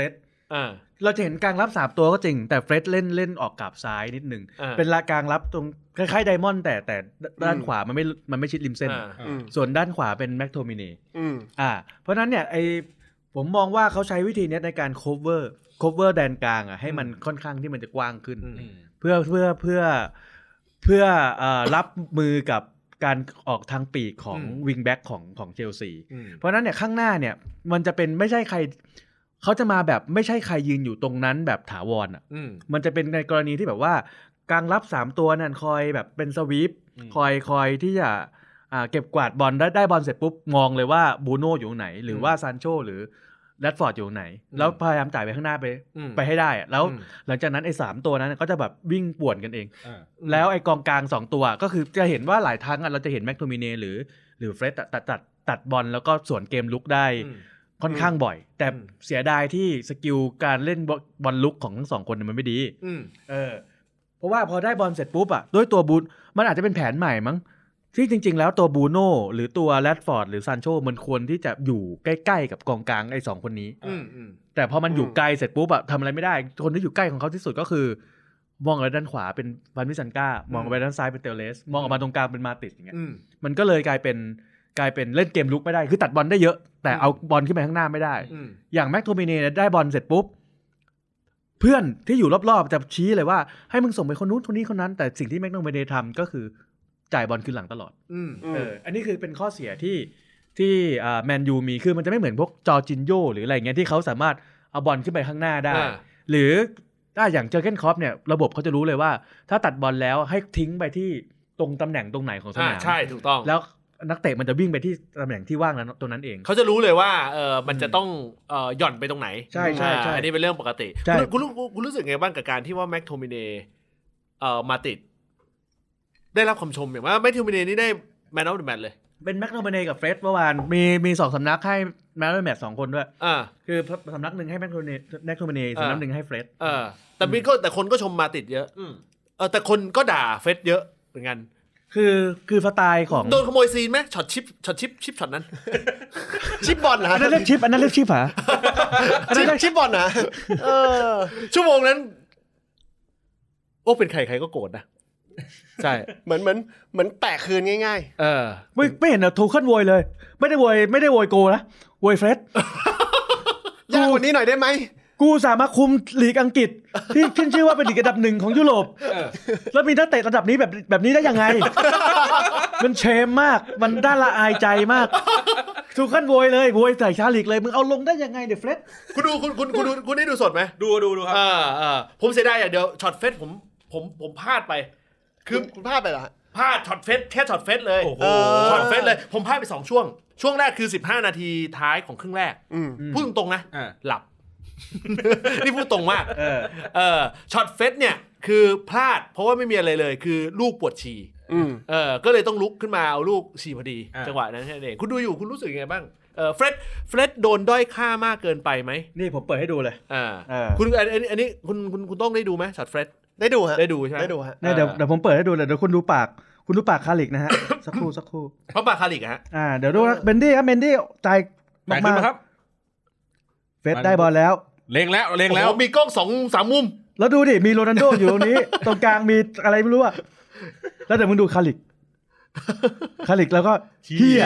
เราจะเห็นกลางรับสามตัวก็จริงแต่เฟรดเล่นเล่นออกกลับซ้ายนิดนึงเป็นละกลางรับตรงคล้ายๆไดมอนด์แต่แต่ด้านขวามันไม่มันไม่ชิดริมเส้นส่วนด้านขวาเป็นแม็กโทมินีอ่าเพราะนั้นเนี่ยไอผมมองว่าเขาใช้วิธีนี้ในการ cover cover แดนกลางอ่ะให้มันค่อนข้างที่มันจะกว้างขึ้นเพื่อเพื่อเพื่อเพื่อรับมือกับการออกทางปีกของวิงแบ็กของของเชลซีเพราะนั้นเนี่ยข้างหน้าเนี่ยมันจะเป็นไม่ใช่ใครเขาจะมาแบบไม่ใช่ใครยืนอยู่ตรงนั้นแบบถาวรอ่ะมันจะเป็นในกรณีที่แบบว่ากลางรับสามตัวนั่นคอยแบบเป็นสวีปคอยคอยที่จะอ่าเก็บกวาดบอลได้ได้บอลเสร็จปุ๊บมองเลยว่าบูโน่อยู่ตรงไหนหรือว่าซานโชหรือแรดฟอร์ดอยู่ตรงไหนแล้วพยายามจ่ายไปข้างหน้าไปไปให้ได้แล้วหลังจากนั้นไอ้สามตัวนั้นก็จะแบบวิ่งป่วนกันเองแล้วไอ้กองกลางสองตัวก็คือจะเห็นว่าหลายครั้งเราจะเห็นแม็กโทมิเน่หรือหรือเฟรดตัดตัดตัดบอลแล้วก็สวนเกมลุกได้ค่อนข้างบ่อยแต่เสียดายที่สกิลการเล่นบอลลุกของทั้งสองคนมันไม่ดีเออเพราะว่าพอได้บอลเสร็จปุ๊บอ่ะด้วยตัวบูนมันอาจจะเป็นแผนใหม่มั้งที่จริงๆแล้วตัวบูโน่หรือตัวแรดฟอร์ดหรือซานโชมันควรที่จะอยู่ใกล้ๆกับกองกลางไอ้สองคนนี้แต่พอมันอยู่ไกลเสร็จปุ๊บอะทำอะไรไม่ได้คนที่อยู่ใกล้ของเขาที่สุดก็คือมองไปด้านขวาเป็นวันวิสันก้ามองไปด้านซ้ายเป็นเตเลสมองออกมาตรงกลางเป็นมาติดอย่างเงี้ยมันก็เลยกลายเป็นกลายเป็นเล่นเกมลุกไม่ได้คือตัดบอลได้เยอะแต่เอาบอลขึ้นไปข้างหน้าไม่ได้อย่างแม็กโทมิเน่ได้บอลเสร็จปุ๊บเพื่อนที่อยู่รอบๆจะชี้เลยว่าให้มึงส่งไปคนนู้นคนนี้คนนั้นแต่สิ่งที่แม็กโทมิเน่ทำก็คือจ่ายบอลคืนหลังตลอดเอออันนี้คือเป็นข้อเสียที่ที่อ่าแมนยูมีคือมันจะไม่เหมือนพวกจอร์จินโญ่หรืออะไรเงี้ยที่เขาสามารถเอาบอลขึ้นไปข้างหน้าได้หรือถ้าอย่างเจอร์เก้นคล็อปเนี่ยระบบเขาจะรู้เลยว่าถ้าตัดบอลแล้วให้ทิ้งไปที่ตรงตำแหน่งตรงไหนของสนามใช่ถูกต้องแล้วนักเตะมันจะวิ่งไปที่ตำแหน่งที่ว่างนั้นตรงนั้นเองเขาจะรู้เลยว่าเออมันจะต้องเอ่อหย่อนไปตรงไหนใช่ใช่ใช่อันนี้เป็นเรื่องปกติคุณรู้คุณรู้สึกไงบ้างกับการที่ว่าแม็กโทมิเน่เอ่อมาติดได้รับคำชมอย่างว่าแม็กโทมิเน่นี่ได้แมนออฟเดอะแมตช์เลยเป็นแม็กโทมิเน่กับเฟรดเมื่อวานมีมีสองสำนักให้แมนออฟเดอะแมตช์สองคนด้วยอ่าคือสำนักนึงให้แม็กโทมิเน่แม็กโทมิเน่สำนักนึงให้เฟรดเออแต่มีก็แต่คนก็ชมมาติดเยอะเออแต่คนก็ด่าเฟรดเยอะเหมือนกันคือคือสไตล์ของโดนขโมยซีนไหมช็อตชิปช็อตชิปชิปช็อตนั้นชิปบอลนะอันนั้นเรียกชิปอันนั้นเรียกชิปหรออันนั้นเรียกชิปบอลนะเออชั่วโมงนั้นโอ้เป็นใครใครก็โกรธนะใช่เหมือนเหมือนเหมือนแตะคืนง่ายๆเออไม่ไม่เห็นนะถูกขั้นโวยเลยไม่ได้โวยไม่ได้โวยโกนะโวยเฟรดยากกว่านี้หน่อยได้ไหมกูสามารถคุมลีกอังกฤษที่ขึ้นชื่อว่าเป็นลีกอันดับหนึ่งของยุโรปแล้วมีนักเตะระดับนี้แบบแบบนี้ได้ยังไงมันเชมมากมันน่าละอายใจมากถูกขั้นโวยเลยโวยใส่ชาลีกเลยมึงเอาลงได้ยังไงเดฟเฟรดคุณดูคุณคุณคุณดูคุณได้ดูสดไหมดูดูดูครับอ่าอ่าผมเสียดายอย่างเดียวช็อตเฟสผมผมผมพลาดไปคือคุณพลาดไปเหรอพลาดช็อตเฟสแค่ช็อตเฟสเลยช็อตเฟสเลยผมพลาดไปสองช่วงช่วงแรกคือสิบห้านาทีท้ายของครึ่งแรกพูดตรงๆนะหลับนี่พูดตรงมากเออเออช็อตเฟสเนี่ยคือพลาดเพราะว่าไม่มีอะไรเลยคือลูกปวดฉี่เออก็เลยต้องลุกขึ้นมาเอาลูกฉี่พอดีจังหวะนั้นแค่นั้นเองคุณดูอยู่คุณรู้สึกยังไงบ้างเออเฟรดเฟรดโดนด้อยค่ามากเกินไปไหมนี่ผมเปิดให้ดูเลยอ่าคุณอันนี้อันนี้คุณคุณคุณต้องได้ดูไหมช็อตเฟรดได้ดูฮะได้ดูใช่ไหมได้ดูฮะเดี๋ยวเดี๋ยวผมเปิดให้ดูเลยเดี๋ยวคุณดูปากคุณดูปากคาริกนะฮะสักครู่สักครู่เพราะปากคาริกฮะอ่าเดี๋ยวดูเบนดี้ครับเบนดี้ใจมากๆครับเฟรดได้บอลแล้วเล็งแล้วเล็งแล้วมีกล้องสองสามมุมแล้วดูดิมีโรนัลโดอยู่ตรงนี้ตรงกลางมีอะไรไม่รู้อะแล้วเดี๋ยวมึงดูคาริกคาริกแล้วก็เฮีย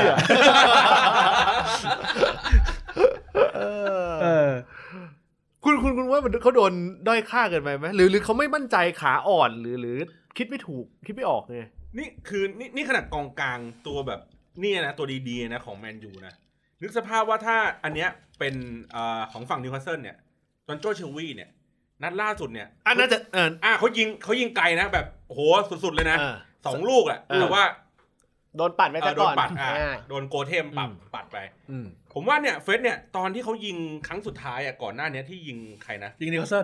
เออคุณคุณคุณว่าเขาโดนด้อยค่าเกินไปไหมหรือหรือเขาไม่มั่นใจขาอ่อนหรือหรือคิดไม่ถูกคิดไม่ออกไงนี่คือนี่นี่ขนาดกองกลางตัวแบบนี่นะตัวดีๆนะของแมนยูนะนึกสภาพว่าถ้าอันเนี้ยเป็นอ่าของฝั่งนิวคาสเซิลเนี่ยจอนโจเชลวีเนี่ยนัดล่าสุดเนี่ยอันน่าจะเอออ่าเขายิงเขายิงไกลนะแบบโหสุดๆเลยนะสองลูกอ่ะแต่ว่าโดนปัดไปซะก่อนโดนปัดอ่าโดนโกเทมปัดปัดไปผมว่าเนี่ยเฟสเนี่ยตอนที่เขายิงครั้งสุดท้ายอ่ะก่อนหน้านี้ที่ยิงใครนะยิงนิวคาสเซิล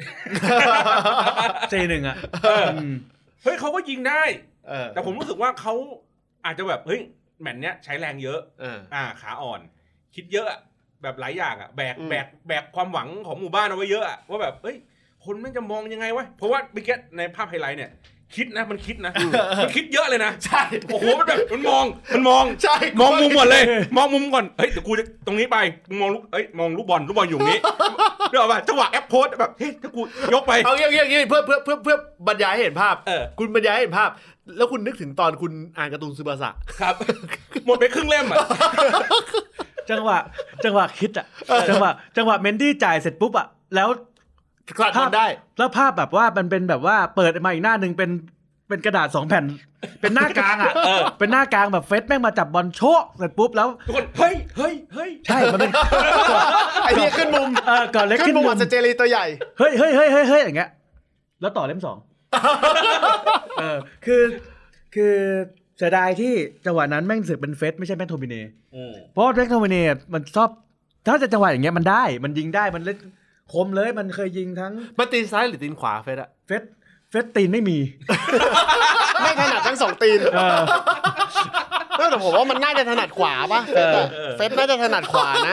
เจหนึ่งอ่ะเฮ้ยเขาก็ยิงได้แต่ผมรู้สึกว่าเขาอาจจะแบบเฮ้ยแมตช์เนี้ยใช้แรงเยอะอ่าขาอ่อนคิดเยอะแบบหลายอย่างอ่ะแบกแบกแบกความหวังของหมู่บ้านเอาไว้เยอะอ่ะว่าแบบเฮ้ยคนมันจะมองยังไงวะเพราะว่าบิ๊กเก็ตในภาพไฮไลท์เนี่ยคิดนะมันคิดนะมันคิดเยอะเลยนะใช่โอ้โหมันแบบมันมองมันมองใช่มองมุมหมดเลยมองมุมก่อนเฮ้ยเดี๋ยวกูจะตรงนี้ไปมึงมองลูกเอ้ยมองลูกบอลลูกบอลอยู่นี้เดี๋ยวว่าจังหวะแอปโพสแบบเฮ้ยถ้ากูยกไปเอาอย่างงี้ๆเพื่อเพื่อเพื่อเพื่อบรรยายให้เห็นภาพคุณบรรยายให้เห็นภาพแล้วคุณนึกถึงตอนคุณอ่านการ์ตูนซึบาสะครับหมดไปครึ่งเล่มอ่ะจังหวะจังหวะคิดอ่ะจังหวะจังหวะเมนดี้จ่ายเสร็จปุ๊บอ่ะแล้วภาพได้แล้วภาพแบบว่ามันเป็นแบบว่าเปิดมาอีกหน้านึงเป็นเป็นกระดาษสองแผ่นเป็นหน้ากลางอ่ะเป็นหน้ากลางแบบเฟสแม่งมาจับบอลโชะเสร็จปุ๊บแล้วทุกคนเฮ้ยเฮ้ยเฮ้ยใช่มันเป็นไอ้นี่ขึ้นมุมเออก่อนเล็กขึ้นมุมสเจรีตัวใหญ่เฮ้ยเฮ้ยเฮ้ยเฮ้ยเฮ้ยอย่างเงี้ยแล้วต่อเล่มสองเออคือคือเสียดายที่จังหวะนั้นแม่งเสือกเป็นเฟสไม่ใช่แมทโทมิเน่เพราะแมทโทมิเน่มันชอบถ้าจะจังหวะอย่างเงี้ยมันได้มันยิงได้มันเล่นคมเลยมันเคยยิงทั้งมันตีนซ้ายหรือตีนขวาเฟสอะเฟสเฟสตีนไม่มีไม่ถนัดทั้งสองตีนแต่ผมว่ามันน่าจะถนัดขวาป่ะเฟสเฟสน่าจะถนัดขวานะ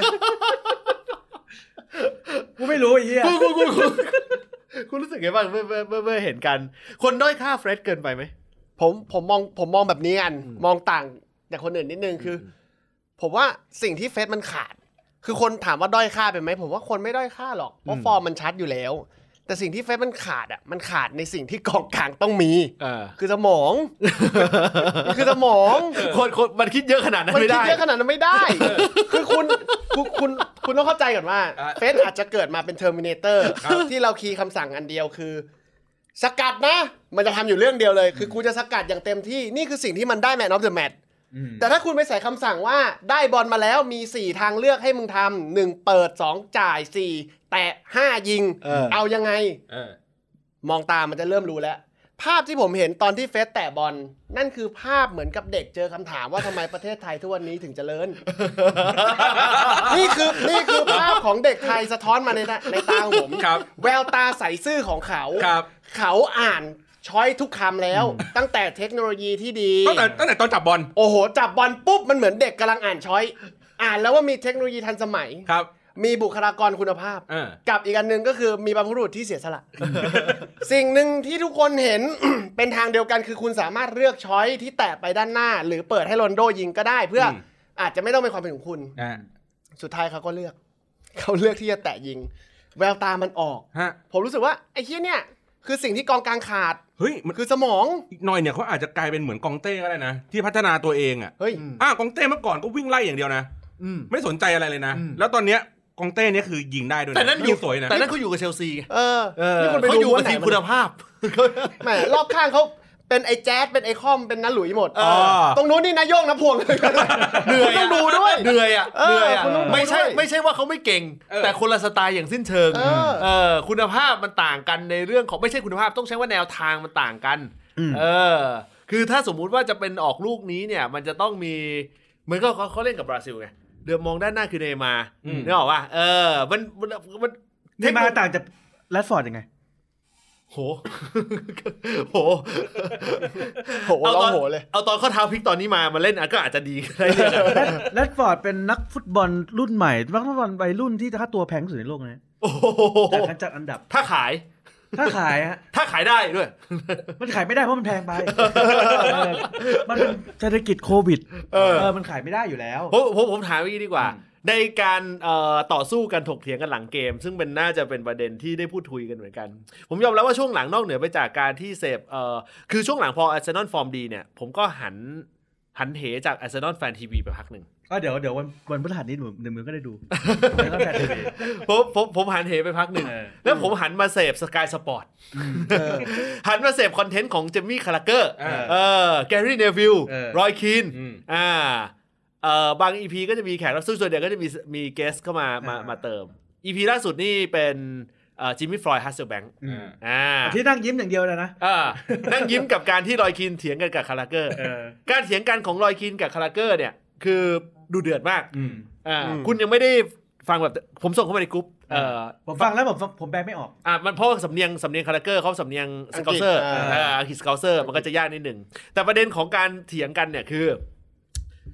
กูไม่รู้ไอ้เหี้ยกูกูกูคุณรู้สึกไงบ้างเมื่อเมื่อเมื่อเห็นกันคนด้อยค่าเฟสเกินไปไหมผมผมมองผมมองแบบนี้กันมองต่างจากคนอื่นนิดนึงคือผมว่าสิ่งที่เฟสมันขาดคือคนถามว่าด้อยค่าไปไหมผมว่าคนไม่ด้อยค่าหรอกเพราะฟอร์มมันชัดอยู่แล้วแต่สิ่งที่เฟสมันขาดอ่ะมันขาดในสิ่งที่กองกลางต้องมีคือสมองคือสมองคนคนมันคิดเยอะขนาดนั้นไม่ได้มันคิดเยอะขนาดนั้นไม่ได้คือคุณคุณคุณคุณต้องเข้าใจก่อนว่าเฟสอาจจะเกิดมาเป็นเทอร์มิเนเตอร์ที่เราคีย์คำสั่งอันเดียวคือสกัดนะมันจะทำอยู่เรื่องเดียวเลยคือกูจะสกัดอย่างเต็มที่นี่คือสิ่งที่มันได้แมนออฟเดอะแมตช์แต่ถ้าคุณไปใส่คำสั่งว่าได้บอลมาแล้วมีสี่ทางเลือกให้มึงทำหนึ่งเปิดสองจ่ายสี่แตะห้ายิง เออ เอายังไงเออมองตามันจะเริ่มรู้แล้วภาพที่ผมเห็นตอนที่เฟสแตะบอลนั่นคือภาพเหมือนกับเด็กเจอคำถามว่าทำไมประเทศไทยทุกวันนี้ถึงเจริญ นี่คือนี่คือภาพของเด็กไทยสะท้อนมาในในตาของผมแววตาใสซื่อของเขาเขาอ่านช้อยทุกคำแล้วตั้งแต่เทคโนโลยีที่ดีตั้งแต่ตั้งแต่ตอนจับบอลโอ้โหจับบอลปุ๊บมันเหมือนเด็กกำลังอ่านช้อยอ่านแล้วว่ามีเทคโนโลยีทันสมัยครับมีบุคลากรคุณภาพกับอีกอันนึงก็คือมีบรรพบุรุษที่เสียสละ สิ่งหนึ่งที่ทุกคนเห็น เป็นทางเดียวกันคือคุณสามารถเลือกช้อยที่แตะไปด้านหน้าหรือเปิดให้โรนโดยิงก็ได้เพื่ออาจจะไม่ต้องเป็นความเป็นของคุณสุดท้ายเขาก็เลือกเขาเลือกที่จะแตะยิงแววตามันออกผมรู้สึกว่าไอ้เหี้ยเนี่ยคือสิ่งที่กองกลางขาดเฮ้ยมันคือสมองอีกหน่อยเนี่ยเขาอาจจะกลายเป็นเหมือนกองเต้ก็ได้นะที่พัฒนาตัวเองอ่ะเฮ้ยอ่ากองเต้เมื่อก่อนก็วิ่งไล่อย่างเดียวนะไม่สนใจอะไรเลยนะแล้วตอนเนี้ยกองเต้เนี้ยคือยิงได้ด้วยนะแต่นั่นยิงสวยนะแต่นั่นเขาอยู่กับเชลซีเออนี่คุณไปดูกับทีมคุณภาพแหมรอบข้างเขาเป็นไอ้แจ๊ดเป็นไอ้คอมเป็นนันหลุยหมดตรงนู้นนี่นายโยงนะพวงเหนื่อยต้องดูด้วยเหนื่อยอ่ะเหนื่อยอ่ะไม่ใช่ไม่ใช่ว่าเขาไม่เก่งแต่คนละสไตล์อย่างสิ้นเชิงเออคุณภาพมันต่างกันในเรื่องของไม่ใช่คุณภาพต้องใช้ว่าแนวทางมันต่างกันเออคือถ้าสมมุติว่าจะเป็นออกลูกนี้เนี่ยมันจะต้องมีเหมือนก็เขาเล่นกับบราซิลไงเดือมองด้านหน้าคือเนย์มาร์นึกออกป่ะเออมันมันมันเนย์มาร์ต่างจากแรชฟอร์ดยังไงโหโหโหเอาตอนโหเลยเอาตอนข้อเท้าพลิกตอนนี้มามาเล่นก็อาจจะดีได้แรดฟอร์ดเป็นนักฟุตบอลรุ่นใหม่นักฟุตบอลวัยรุ่นที่ค่าตัวแพงที่สุดในโลกนะจากจัดอันดับถ้าขายถ้าขายฮะถ้าขายได้ด้วยมันขายไม่ได้เพราะมันแพงไปมันเป็นเศรษฐกิจโควิดเออมันขายไม่ได้อยู่แล้วผมผมผมถามอีกดีกว่าในการต่อสู้กันถกเถียงกันหลังเกมซึ่งเป็นน่าจะเป็นประเด็นที่ได้พูดคุยกันเหมือนกันผมยอมรับว่าช่วงหลังนอกเหนือไปจากการที่เสพคือช่วงหลังพออาร์เซนอลฟอร์มดีเนี่ยผมก็หันหันเหจากอาร์เซนอลแฟนทีวีไปพักหนึ่งก็เดี๋ยวเดี๋ยววันวันพฤหัสนี้หนูหนึ่งมือก็ได้ดูผมผมผมหันเหไปพักหนึ่งแล้วผมหันมาเสพสกายสปอร์ตหันมาเสพคอนเทนต์ของเจมี่คาราเกอร์เออแกรี่เนวิลรอยคีนอ่าเอ่อบาง อี พี ก็จะมีแขกรับเชิญส่วนใหญ่ก็จะมีมีเกสเข้ามามามาเติม อี พี ล่าสุดนี่เป็นเอ่อจิมมี่ฟลอยด์ฮัสเซลแบงค์อ่าที่นั่งยิ้มอย่างเดียวเลยนะอ่านั่งยิ้มกับการที่รอยคีนเถียงกันกับคาราเกอร์การเถียงกันของรอยคีนกับคาราเกอร์เนี่ยคือดูเดือดมากอ่าคุณยังไม่ได้ฟังแบบผมส่งเข้ามาในกรุ๊ปเอ่อผมฟังแล้วผมผมแปลไม่ออกอ่ามันเพราะสำเนียงสำเนียงคาราเกอร์เขาสำเนียงสเกาเซอร์อ่าอังกฤษสเกาเซอร์มันก็จะยากนิดนึงแต่ประเด็นของการเถียงกันเนี่ยคือ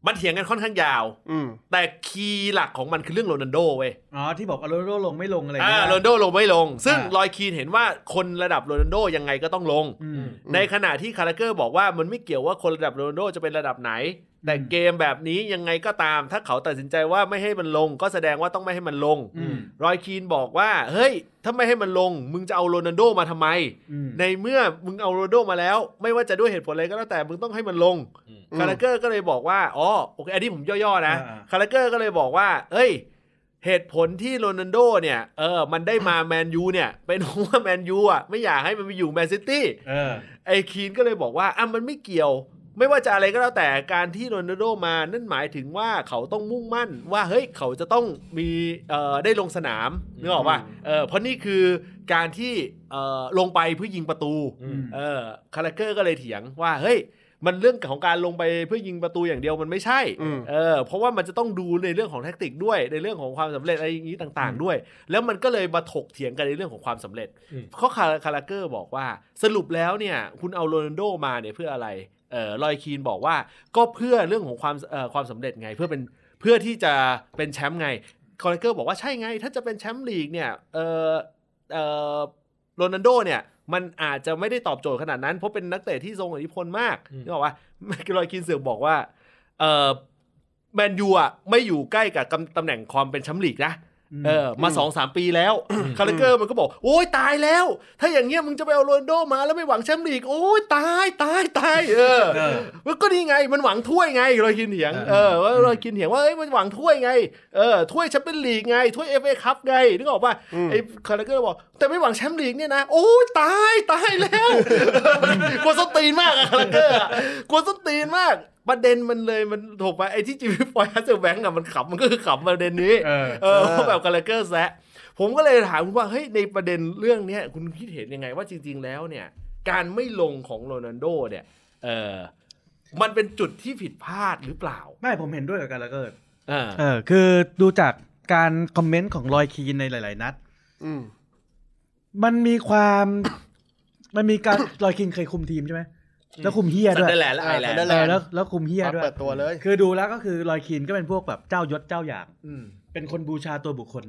มันเถียงกันค่อนข้างยาวแต่คีย์หลักของมันคือเรื่องโรนัลโดเว้ยอ๋อที่บอกโรนัลโดลงไม่ลงอะไรอ่าโรนัลโดลงไม่ลงซึ่งลอยคีนเห็นว่าคนระดับโรนัลโดยังไงก็ต้องลงในขณะที่คาราเกอร์บอกว่ามันไม่เกี่ยวว่าคนระดับโรนัลโดจะเป็นระดับไหนแต่เกมแบบนี้ยังไงก็ตามถ้าเขาตัดสินใจว่าไม่ให้มันลงก็แสดงว่าต้องไม่ให้มันลงรอยคีนบอกว่าเฮ้ยถ้าไม่ให้มันลงมึงจะเอาโรนัลโดมาทำไมในเมื่อมึงเอาโรนัลโดมาแล้วไม่ว่าจะด้วยเหตุผลอะไรก็แล้วแต่มึงต้องให้มันลงคาราเกอร์ก็เลยบอกว่าอ๋อโอเคอันนี้ผมย่อๆนะคาราเกอร์ก็เลยบอกว่าเอ้ยเหตุผลที่โรนัลโดเนี่ยเออมันได้มาแมนยูเนี่ยเป็นเพราะว่าแมนยูอ่ะไม่อยากให้มันไปอยู่แมนซิตี้ไอ้คีนก็เลยบอกว่าอ่ะมันไม่เกี่ยวไม่ว่าจะอะไรก็แล้วแต่การที่โรนัลโดมานั่นหมายถึงว่าเขาต้องมุ่งมั่นว่าเฮ้ยเขาจะต้องมีเอ่อได้ลงสนามนึกออกป่ะเออเพราะนี่คือการที่เอ่อลงไปเพื่อยิงประตูเออคาราเกอร์ก็เลยเถียงว่าเฮ้ยมันเรื่องของการลงไปเพื่อยิงประตูอย่างเดียวมันไม่ใช่เออเพราะว่ามันจะต้องดูในเรื่องของแทคติกด้วยในเรื่องของความสำเร็จอะไรอย่างนี้ต่างๆด้วยแล้วมันก็เลยมาถกเถียงกันในเรื่องของความสำเร็จเพราะคาราเกอร์บอกว่าสรุปแล้วเนี่ยคุณเอาโรนัลโดมาเนี่ยเพื่ออะไรเอ่อลอยคีนบอกว่าก็เพื่อเรื่องของความเอ่อความสำเร็จไงเพื่อเป็นเพื่อที่จะเป็นแชมป์ไงคาราเกอร์บอกว่าใช่ไงถ้าจะเป็นแชมป์ลีกเนี่ยเอ่อเอ่อโรนัลโดเนี่ยมันอาจจะไม่ได้ตอบโจทย์ขนาดนั้นเพราะเป็นนักเตะที่ทรงอิทธิพลมากนึกออกป่ะลอยคีนเสือกบอกว่าเอ่อแมนยูอ่ะไม่อยู่ใกล้กับตำแหน่งความเป็นแชมป์ลีกนะเออมา สองสาม ปีแล้วคาราเกอร์มันก็บอกโอ๊ยตายแล้วถ้าอย่างเงี้ยมึงจะไปเอาโรนัลโดมาแล้วไม่หวังแชมป์ลีกโอ๊ยตายตายตายเออมันก็นี่ไงมันหวังถ้วยไงลอยคินเถียงเออว่าลอยคินเถียงว่าเอ้ยมันหวังถ้วยไงเออถ้วยแชมเปี้ยนลีกไงถ้วย เอฟ เอ คัพไงนึกออกป่ะไอ้คาราเกอร์บอกแต่ไม่หวังแชมป์ลีกเนี่ยนะโอ๊ยตายตายแล้วกลัวส้นตีนมากอะคาราเกอร์กลัวส้นตีนมากประเด็นมันเลยมันถูกไปไอ้ที่จิมมี่ฟอยฮัสเซลแบงก์อะมันขำมันก็คือขำประเด็นนี้เออแบบคาราเกอร์แซะผมก็เลยถามคุณว่าเฮ้ยในประเด็นเรื่องนี้คุณคิดเห็นยังไงว่าจริงๆแล้วเนี่ยการไม่ลงของโรนัลโดเนี่ยเออมันเป็นจุดที่ผิดพลาดหรือเปล่าไม่ผมเห็นด้วยกับการละเกิดเออคือดูจากการคอมเมนต์ของลอยคีนในหลายๆนัดมันมีความมันมีการลอยคีนเคยคุมทีมใช่ไหมแล้วคุมเฮียด้วยแล้วแล้วคุมเฮียด้วยเปิดตัวเลยคือดูแล้วก็คือลอยคีนก็เป็นพวกแบบเจ้ายศเจ้าอย่างเป็นคนบูชาตัวบุคคล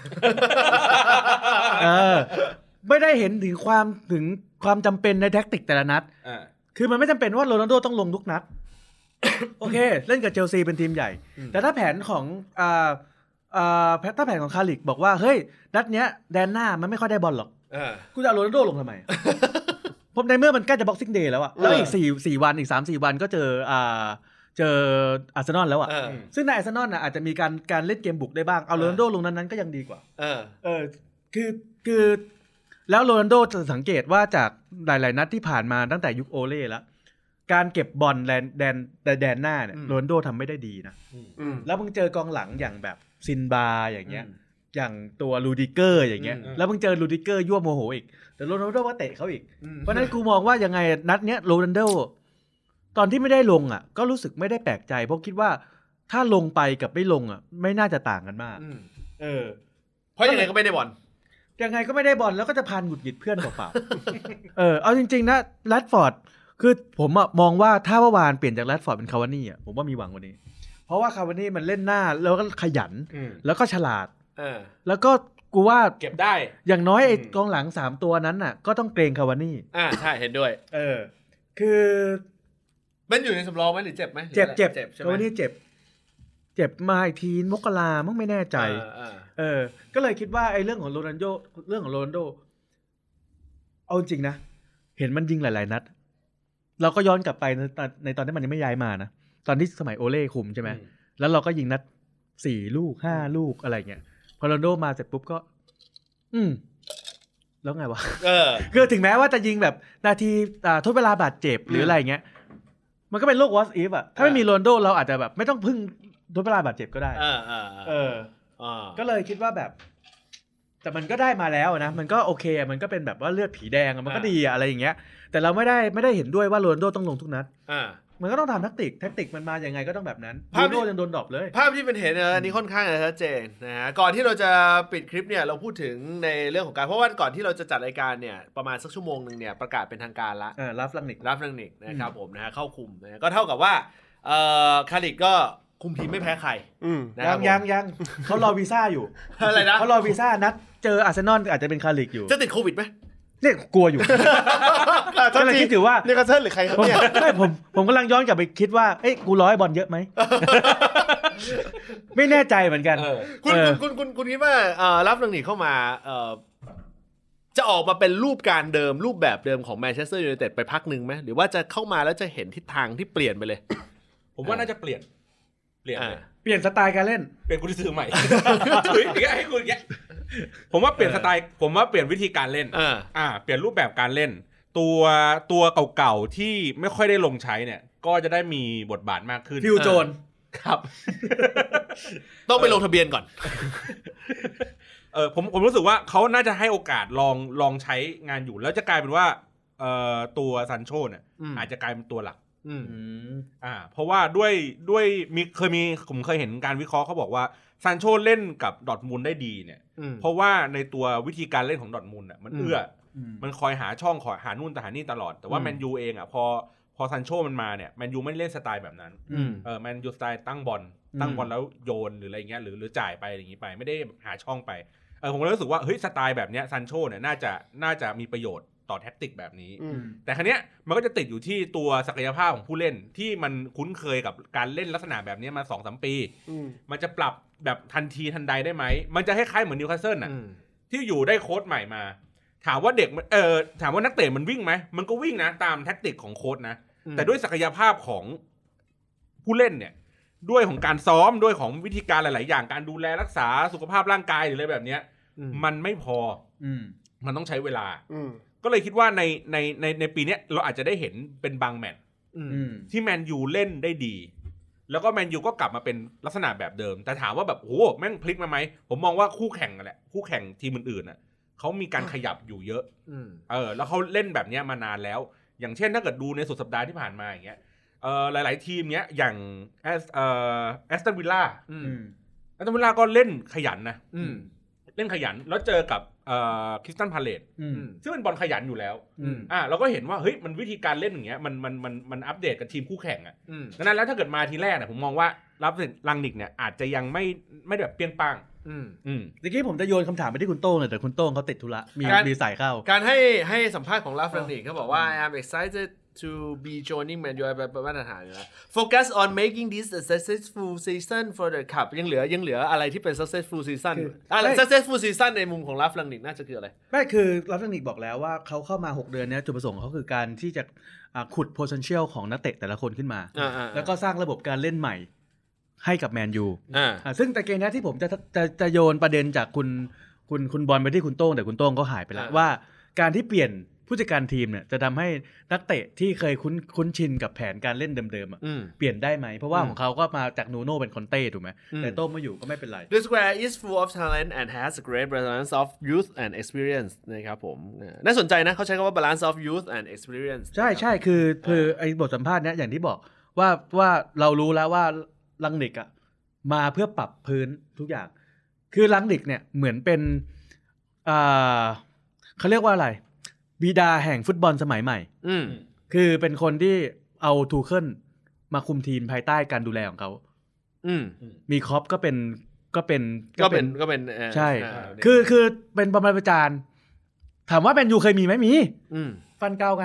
เออไม่ได้เห็นถึงความถึงความจำเป็นในแท็กติกแต่ละนัดคือมันไม่จำเป็นว่าโรนัลโดต้องลงทุกนัดโอเคเล่นกับเชลซีเป็นทีมใหญ่แต่ถ้าแผนของอ่าอ่าถ้าแผนของคาริกบอกว่าเฮ้ยนัดเนี้ยแดนหน้ามันไม่ค่อยได้บอลหรอกกูจะเอาโรนัลโดลงทำไมผมในเมื่อมันใกล้จะบ็อกซิ่งเดย์แล้วอะแล้วอีกสี่ สี่วันอีก สาม สี่วันก็เจออ่าเจออาร์เซนอลแล้วอ่ะซึ่งในอาร์เซนอลน่ะอาจจะมีการการเล่นเกมบุกได้บ้างเอาโรนัลโดลงนั้นๆก็ยังดีกว่าเออเออคือคือแล้วโรนัลโดจะสังเกตว่าจากหลายๆนัดที่ผ่านมาตั้งแต่ยุคโอเล่แล้วการเก็บบอลแดนแดนแดนหน้าเนี่ยโรนัลโดทำไม่ได้ดีนะแล้วมึงเจอกองหลังอย่างแบบซินบาอย่างเงี้ยอย่างตัวลูดิเกอร์อย่างเงี้ยแล้วมึงเจอลูดิเกอร์ยั่วโมโหอีกแต่โรนัลโดก็เตะเขาอีกเพราะนั้นกูมองว่ายังไงนัดเนี้ยโรนัลโดตอนที่ไม่ได้ลงอ่ะก็รู้สึกไม่ได้แปลกใจเพราะคิดว่าถ้าลงไปกับไม่ลงอ่ะไม่น่าจะต่างกันมากเออเพราะยังไงก็ไม่ได้บอลยังไงก็ไม่ได้บอลแล้วก็จะพานหงุดหงิดเพื่อนเปล่าๆเออเอาจริงๆนะแรดฟอร์ดคือผมอ่ะมองว่าถ้าว่าวานเปลี่ยนจากแรดฟอร์ดเป็นคาวานี่อ่ะผมว่ามีหวังกว่านี้เพราะว่าคาวานี่มันเล่นหน้าแล้วก็ขยันแล้วก็ฉลาดเออแล้วก็กูว่าเก็บได้อย่างน้อยไอ้กองหลังสามตัวนั้นน่ะก็ต้องเกรงคาวานี่อ่าใช่เห็นด้วยเออคือมันอยู่ในสำรองไหมหรือเจ็บไหมเจ็บเจ็บคาวานี่เจ็บเจ็บมาอีกทีมกรามั้งไม่แน่ใจเออก็เลยคิดว่าไอ้เรื่องของโรนัลโดเรื่องของโรนัลโดเอาจริงนะเห็นมันยิงหลายๆนัดเราก็ย้อนกลับไปในตอนในตอนที่มันยังไม่ย้ายมานะตอนที่สมัยโอเล่คุมใช่ไหมแล้วเราก็ยิงนัดสี่ลูกห้าลูกอะไรเงี้ยพอโรนัลโดมาเสร็จปุ๊บก็อืมแล้วไงวะเออคือถึงแม้ว่าจะยิงแบบนาทีอ่าทดเวลาบาดเจ็บหรืออะไรเงี้ยมันก็เป็นโรค what if อ่ะถ้าไม่มีโรนัลโดเราอาจจะแบบไม่ต้องพึ่งทดเวลาบาดเจ็บก็ได้เออเออเออก็เลยคิดว่าแบบแต่มันก็ได้มาแล้วนะมันก็โอเคมันก็เป็นแบบว่าเลือดผีแดงมันก็ดีอะไรอย่างเงี้ยแต่เราไม่ได้ไม่ได้เห็นด้วยว่าโรนัลโดต้องลงทุกนัดมันก็ต้องทำแทคติกแทคติกมันมาอย่างไงก็ต้องแบบนั้นโรนัลโดยังโดนดรอปเลยภาพที่เป็นเห็นอันนี้ค่อนข้างชัดเจนนะฮะก่อนที่เราจะปิดคลิปเนี่ยเราพูดถึงในเรื่องของการเพราะว่าก่อนที่เราจะจัดรายการเนี่ยประมาณสักชั่วโมงนึงเนี่ยประกาศเป็นทางการละรับลังนิกรับลังนิกนะครับผมนะฮะเข้าคุมนะก็เท่ากับว่าเอ่อคาริกก็คุมทีมไม่แพ้ใครยังยังยังเขารอวีซ่าอยู่อะไรนะเขารอวีซ่านัดเจออาร์เซนอลอาจจะเป็นคาริกอยู่จะติดโควิดไหมเนี่ยกลัวอยู่ก็เลยคิดอยู่ว่านี่ก็เซิร์ชหรือใครครับเนี่ยไม่ผมผมกำลังย้อนกลับไปคิดว่าเอ้ยกูร้อยบอลเยอะไหมไม่แน่ใจเหมือนกันคุณคุณคุณคุณคิดว่ารับเรื่องนี้เข้ามาจะออกมาเป็นรูปการเดิมรูปแบบเดิมของแมนเชสเตอร์ยูไนเต็ดไปพักหนึ่งไหมหรือว่าจะเข้ามาแล้วจะเห็นทิศทางที่เปลี่ยนไปเลยผมว่าน่าจะเปลี่ยนเปลี่ยนเลยเปลี่ยนสไตล์การเล่นเปลี่ยนกุญสือใหม่ถุยอย่างเงี้ยให้คุณอย่างเงี้ยผมว่าเปลี่ยนสไตล์ผมว่าเปลี่ยนวิธีการเล่นอ่าเปลี่ยนรูปแบบการเล่นตัวตัวเก่าๆที่ไม่ค่อยได้ลงใช้เนี่ยก็จะได้มีบทบาทมากขึ้นฟิวโจนครับต้องไปลงทะเบียนก่อนเออผมผมรู้สึกว่าเขาน่าจะให้โอกาสลองลองใช้งานอยู่แล้วจะกลายเป็นว่าเอ่อตัวซันโชเนี่ยอาจจะกลายเป็นตัวหลักอืมอ่าเพราะว่าด้วยด้วยมีเคยมีผมเคยเห็นการวิเคราะห์เขาบอกว่าซานโชเล่นกับดอร์ทมุนด์ได้ดีเนี่ยเพราะว่าในตัววิธีการเล่นของดอร์ทมุนด์อ่ะมันเอื้อมันคอยหาช่องคอยหานู่นแต่หานี่ตลอดแต่ว่าแมนยูเองอ่ะพอพอซานโชมันมาเนี่ยแมนยูไม่เล่นสไตล์แบบนั้นเออแมนยูสไตล์ตั้งบอลตั้งบอลแล้วโยนหรืออะไรเงี้ยหรือหรือจ่ายไปอย่างงี้ไปไม่ได้หาช่องไปเออผมเลยรู้สึกว่าเฮ้ยสไตล์แบบเนี้ยซานโชเนี่ยน่าจะน่าจะมีประโยชน์ต่อแท็กติกแบบนี้แต่ครั้งเนี้ยมันก็จะติดอยู่ที่ตัวศักยภาพของผู้เล่นที่มันคุ้นเคยกับการเล่นลักษณะแบบนี้มา สองถึงสาม ปีมันจะปรับแบบทันทีทันใดได้ไหมมันจะคล้ายๆเหมือนนิวคาสเซิลน่ะที่อยู่ได้โค้ชใหม่มาถามว่าเด็กเออถามว่านักเตะมันวิ่งไหมมันก็วิ่งนะตามแท็กติกของโค้ชนะแต่ด้วยศักยภาพของผู้เล่นเนี่ยด้วยของการซ้อมด้วยของวิธีการหลายๆอย่างการดูแลรักษาสุขภาพร่างกายหรืออะไรแบบเนี้ยมันไม่พอมันต้องใช้เวลาก็เลยคิดว่าในในในในปีนี้เราอาจจะได้เห็นเป็นบางแมตช์ที่แมนยูเล่นได้ดีแล้วก็แมนยูก็กลับมาเป็นลักษณะแบบเดิมแต่ถามว่าแบบโอ้แม่งพลิกมาไหมผมมองว่าคู่แข่งแหละคู่แข่งทีมอื่นๆน่ะเขามีการขยับอยู่เยอะเออแล้วเขาเล่นแบบนี้มานานแล้วอย่างเช่นถ้าเกิดดูในสุดสัปดาห์ที่ผ่านมาอย่างเงี้ยเออหลายๆทีมเนี้ยอย่างแอสเอ่อแอสตันวิลล่าแอสตันวิลล่าก็เล่นขยันนะเล่นขยันแล้วเจอกับเอ่อคริสตัลพาเลซซึ่งเป็นบอลขยันอยู่แล้วอ่าเราก็เห็นว่าเฮ้ยมันวิธีการเล่นอย่างเงี้ยมันมันมันมันอัปเดตกับทีมคู่แข่งอ่ะดังนั้นแล้วถ้าเกิดมาทีแรกเนี่ยผมมองว่ารับลังนิกเนี่ยอาจจะยังไม่ไม่แบบเปี้ยงปังอืมอืมเมื่อกี้ผมจะโยนคำถามไปที่คุณโต้งเลยแต่คุณโต้งเขาติดธุระมีมีสายเข้าการให้ให้สัมภาษณ์ของรับลังนิกเขาบอกว่า I'm excited to be joining Man U แบบมาตรฐานอยู่แล้ว Focus on making this a successful season for the cup ยังเหลือยังเหลืออะไรที่เป็น successful season อะไร successful season ในมุมของลัฟลังนิกน่าจะคืออะไรไม่คือลัฟลังนิกบอกแล้วว่าเขาเข้ามาหกเดือนนี้จุดประสงค์เขาคือการที่จะขุด potential ของนักเตะแต่ละคนขึ้นมาแล้วก็สร้างระบบการเล่นใหม่ให้กับแมนยูซึ่งแต่เกมนี้ที่ผมจะจะจะโยนประเด็นจากคุณคุณคุณบอลไปที่คุณโต้งแต่คุณโต้งก็หายไปแล้วว่าการที่เปลี่ยนผู้จัดการทีมเนี่ยจะทำให้นักเตะที่เคยคุ้นคุ้นชินกับแผนการเล่นเดิมๆอ่ะเปลี่ยนได้ไหมเพราะว่าของเขาก็มาจากนูโน่เป็นคอนเต้ถูกไหมแต่โต้มาอยู่ก็ไม่เป็นไร The Square is full of talent and has a great balance of youth and experience นะครับผมน่าสนใจนะเขาใช้คำว่า balance of youth and experience ใช่ใช่คือคือไอ้บทสัมภาษณ์เนี้ยอย่างที่บอกว่าว่าเรารู้แล้วว่าลังนิกอ่ะมาเพื่อปรับพื้นทุกอย่างคือลังนิกเนี่ยเหมือนเป็นอ่าเขาเรียกว่าอะไรบิดาแห่งฟุตบอลสมัยใหม่คือเป็นคนที่เอาทูเคิลมาคุมทีมภายใต้การดูแลของเขามีครอปก็เป็นก็เป็นก็เป็นก็เป็นใช่คือคือเป็นประมาณจารย์ถามว่าแมนยูเคยมีไหมมีฟันเก่าไง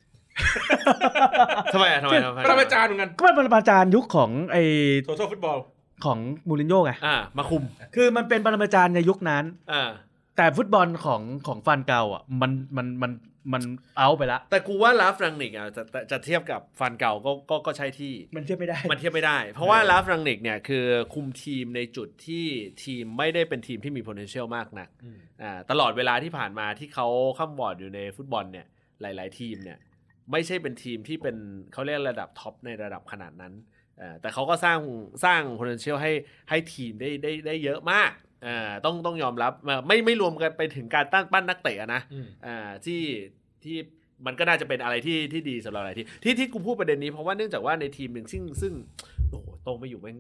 ทำไมอ่ะทำไมประมาณจารย์เหมือนกันก็เป็นประมาณจารย์ยุคของไอ้โซโซฟุตบอลของมูรินโญ่ไงอ่ามาคุมคือมันเป็นปรมาจารย์ในยุคนั้นอ่าแต่ฟุตบอลของของฟันเก่าอ่ะมันมันมันมันเอาไปละแต่กูว่าลาฟรังนิกอ่ะจะจะเทียบกับฟันเก่าก็ก็ก็ใช่ที่มันเทียบไม่ได้มันเทียบไม่ได้เพราะว่าลาฟรังนิกเนี่ยคือคุมทีมในจุดที่ทีมไม่ได้เป็นทีมที่มี potential มากนักอ่าตลอดเวลาที่ผ่านมาที่เขาข้ามบอร์ดอยู่ในฟุตบอลเนี่ยหลายๆทีมเนี่ยไม่ใช่เป็นทีมที่เป็นเขาเรียกระดับท็อปในระดับขนาดนั้นแต่เขาก็สร้างสร้าง potential ให้ให้ทีมได้ได้ได้เยอะมากอ่าต้องต้องยอมรับไม่ไม่รวมกันไปถึงการตั้งปั้นนักเตะนะอ่าที่ที่มันก็น่าจะเป็นอะไรที่ที่ดีสำหรับอะไรที่ที่ที่กูพูดประเด็นนี้เพราะว่าเนื่องจากว่าในทีมหนึ่งซึ่งซึ่งโอ้โหโตไม่อยู่แม่ง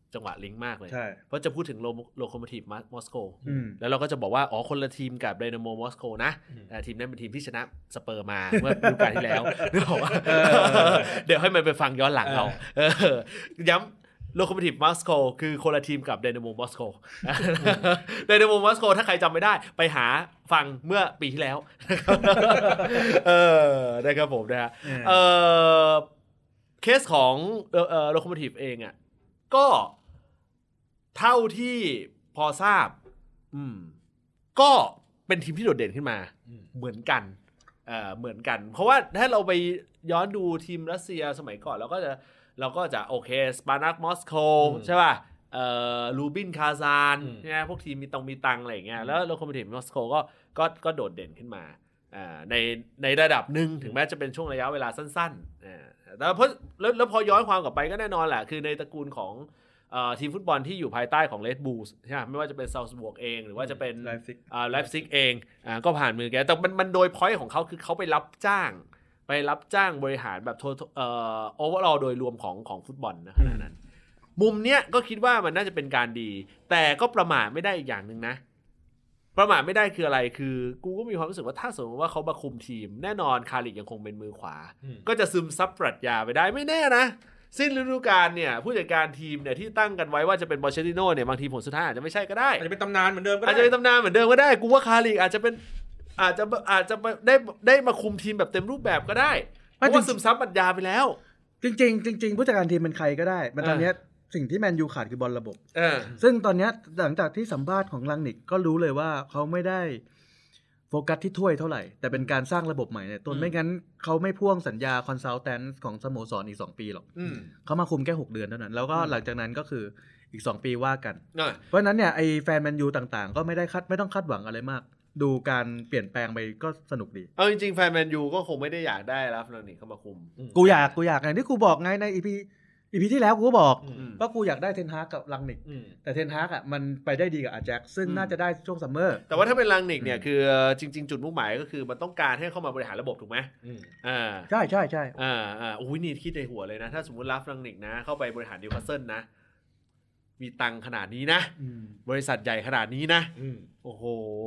จังหวะลิงก์มากเลยใช่เพราะจะพูดถึงโลโคโมทีฟมอสโกอืมแล้วเราก็จะบอกว่าอ๋อคนละทีมกับไดนาโมมอสโกนะแต่ทีมนั้นเป็นทีมที่ชนะสเปอร์มาเมื่อฤดูกาลที่แล้วนึกออกว่าเดี๋ยวให้มันไปฟังย้อนหลังเอาย้ำโลโคโมทีฟมอสโกคือคนละทีมกับไดนาโมมอสโกไดนาโมมอสโกถ้าใครจำไม่ได้ไปหาฟังเมื่อปีที่แล้วเออได้ครับผมนะฮะเออเคสของเอ่อโลโคโมทีฟเองอ่ะก็เท่าที่พอทราบอืมก็เป็นทีมที่โดดเด่นขึ้นมาเหมือนกันเอ่อเหมือนกันเพราะว่าถ้าเราไปย้อนดูทีมรัสเซียสมัยก่อนเราก็จะเราก็จะโอเคสปาร์ตักมอสโกใช่ป่ะเอ่อลูบินคาซานใช่ไหมพวกทีมมีตังมีตังอะไรอย่างเงี้ยแล้วโลโคโมทีฟมอสโกก็ก็ก็โดดเด่นขึ้นมาอ่าในในระดับหนึ่งถึงแม้จะเป็นช่วงระยะเวลาสั้นๆอ่าแต่เพราะแล้วแล้วพอย้อนความกลับไปก็แน่นอนแหละคือในตระกูลของทีมฟุตบอลที่อยู่ภายใต้ของ Red Bulls ใช่ไหมไม่ว่าจะเป็นซาลซบวร์กเองหรือว่าจะเป็นไลฟ์ซิกอ่าไลฟ์ซิกเองอ่าก็ผ่านมือแกแต่มันมันโดยพอยต์ของเขาคือเขาไปรับจ้างไปรับจ้างบริหารแบบเอ่อโอเวอร์ออลโดยรวมของของฟุตบอลนะขณะนั้นมุมเนี้ยก็คิดว่ามันน่าจะเป็นการดีแต่ก็ประมาทไม่ได้อีกอย่างนึงนะประมาทไม่ได้คืออะไรคือกูก็มีความรู้สึกว่าถ้าสมมติว่าเขามาคุมทีมแน่นอนคาริกยังคงเป็นมือขวาก็จะซึมซับปรัชญาไปได้ไม่แน่นะสิ้นฤดูกาลเนี่ยผู้จัดการทีมเนี่ยที่ตั้งกันไว้ว่าจะเป็นบอเชติโน่เนี่ยบางทีผลสุดท้ายอาจจะไม่ใช่ก็ได้อาจจะเป็นตำนานเหมือนเดิมก็ได้อาจจะเป็นตำนานเหมือนเดิมก็ได้กูว่าคาริกอาจจะเป็นอาจจะอาจจะได้ได้มาคุมทีมแบบเต็มรูปแบบก็ได้เพราะว่าซึมซับปรัชญาไปแล้วจริงๆจริงๆผู้จัดการทีมเป็นใครก็ได้มันตอนนี้สิ่งที่แมนยูขาดคือบอลระบบเออซึ่งตอนนี้หลังจากที่สัมภาษณ์ของลังนิกก็รู้เลยว่าเขาไม่ได้โฟกัสที่ถ้วยเท่าไหร่แต่เป็นการสร้างระบบใหม่เนี่ยต้นไม่งั้นเขาไม่พ่วงสัญญาคอนซัลแทนซ์ของสโมสรอีกสองปีหรอกเขามาคุมแค่หกเดือนเท่านั้นแล้วก็หลังจากนั้นก็คืออีกสองปีว่ากันเพราะฉะนั้นเนี่ยไอ้แฟนแมนยูต่างๆก็ไม่ได้คาดไม่ต้องคาดหวังอะไรมากดูการเปลี่ยนแปลงไปก็สนุกดีเอาจริงๆแฟนแมนยูก็คงไม่ได้อยากได้รับลังนิกเข้ามาคุมกูอยากกูอยากอย่างที่กูบอกไงใน อี พีอีพีที่แล้วกูก็บอกว่ากูอยากได้เทนฮากกับลังนิกแต่เทนฮากอ่ะมันไปได้ดีกับอาแจ็คซึ่งน่าจะได้ช่วงซัมเมอร์แต่ว่าถ้าเป็นลังนิกเนี่ยคือจริงๆจุดมุ่งหมายก็คือมันต้องการให้เข้ามาบริหารระบบถูกไหมอ่าใช่ใช่ใช่อ่าอ่าอุ้ยนี่คิดในหัวเลยนะถ้าสมมติรับลังนิกนะเข้าไปบริหารนิวคาสเซิลนะมีตังขนาดนี้นะบริษัทใหญ่ขนาดนี้นะโอ้โห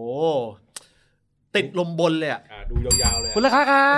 ติดลมบนเลยอ่ะดูยาวๆเลยคุณราคาค่ะ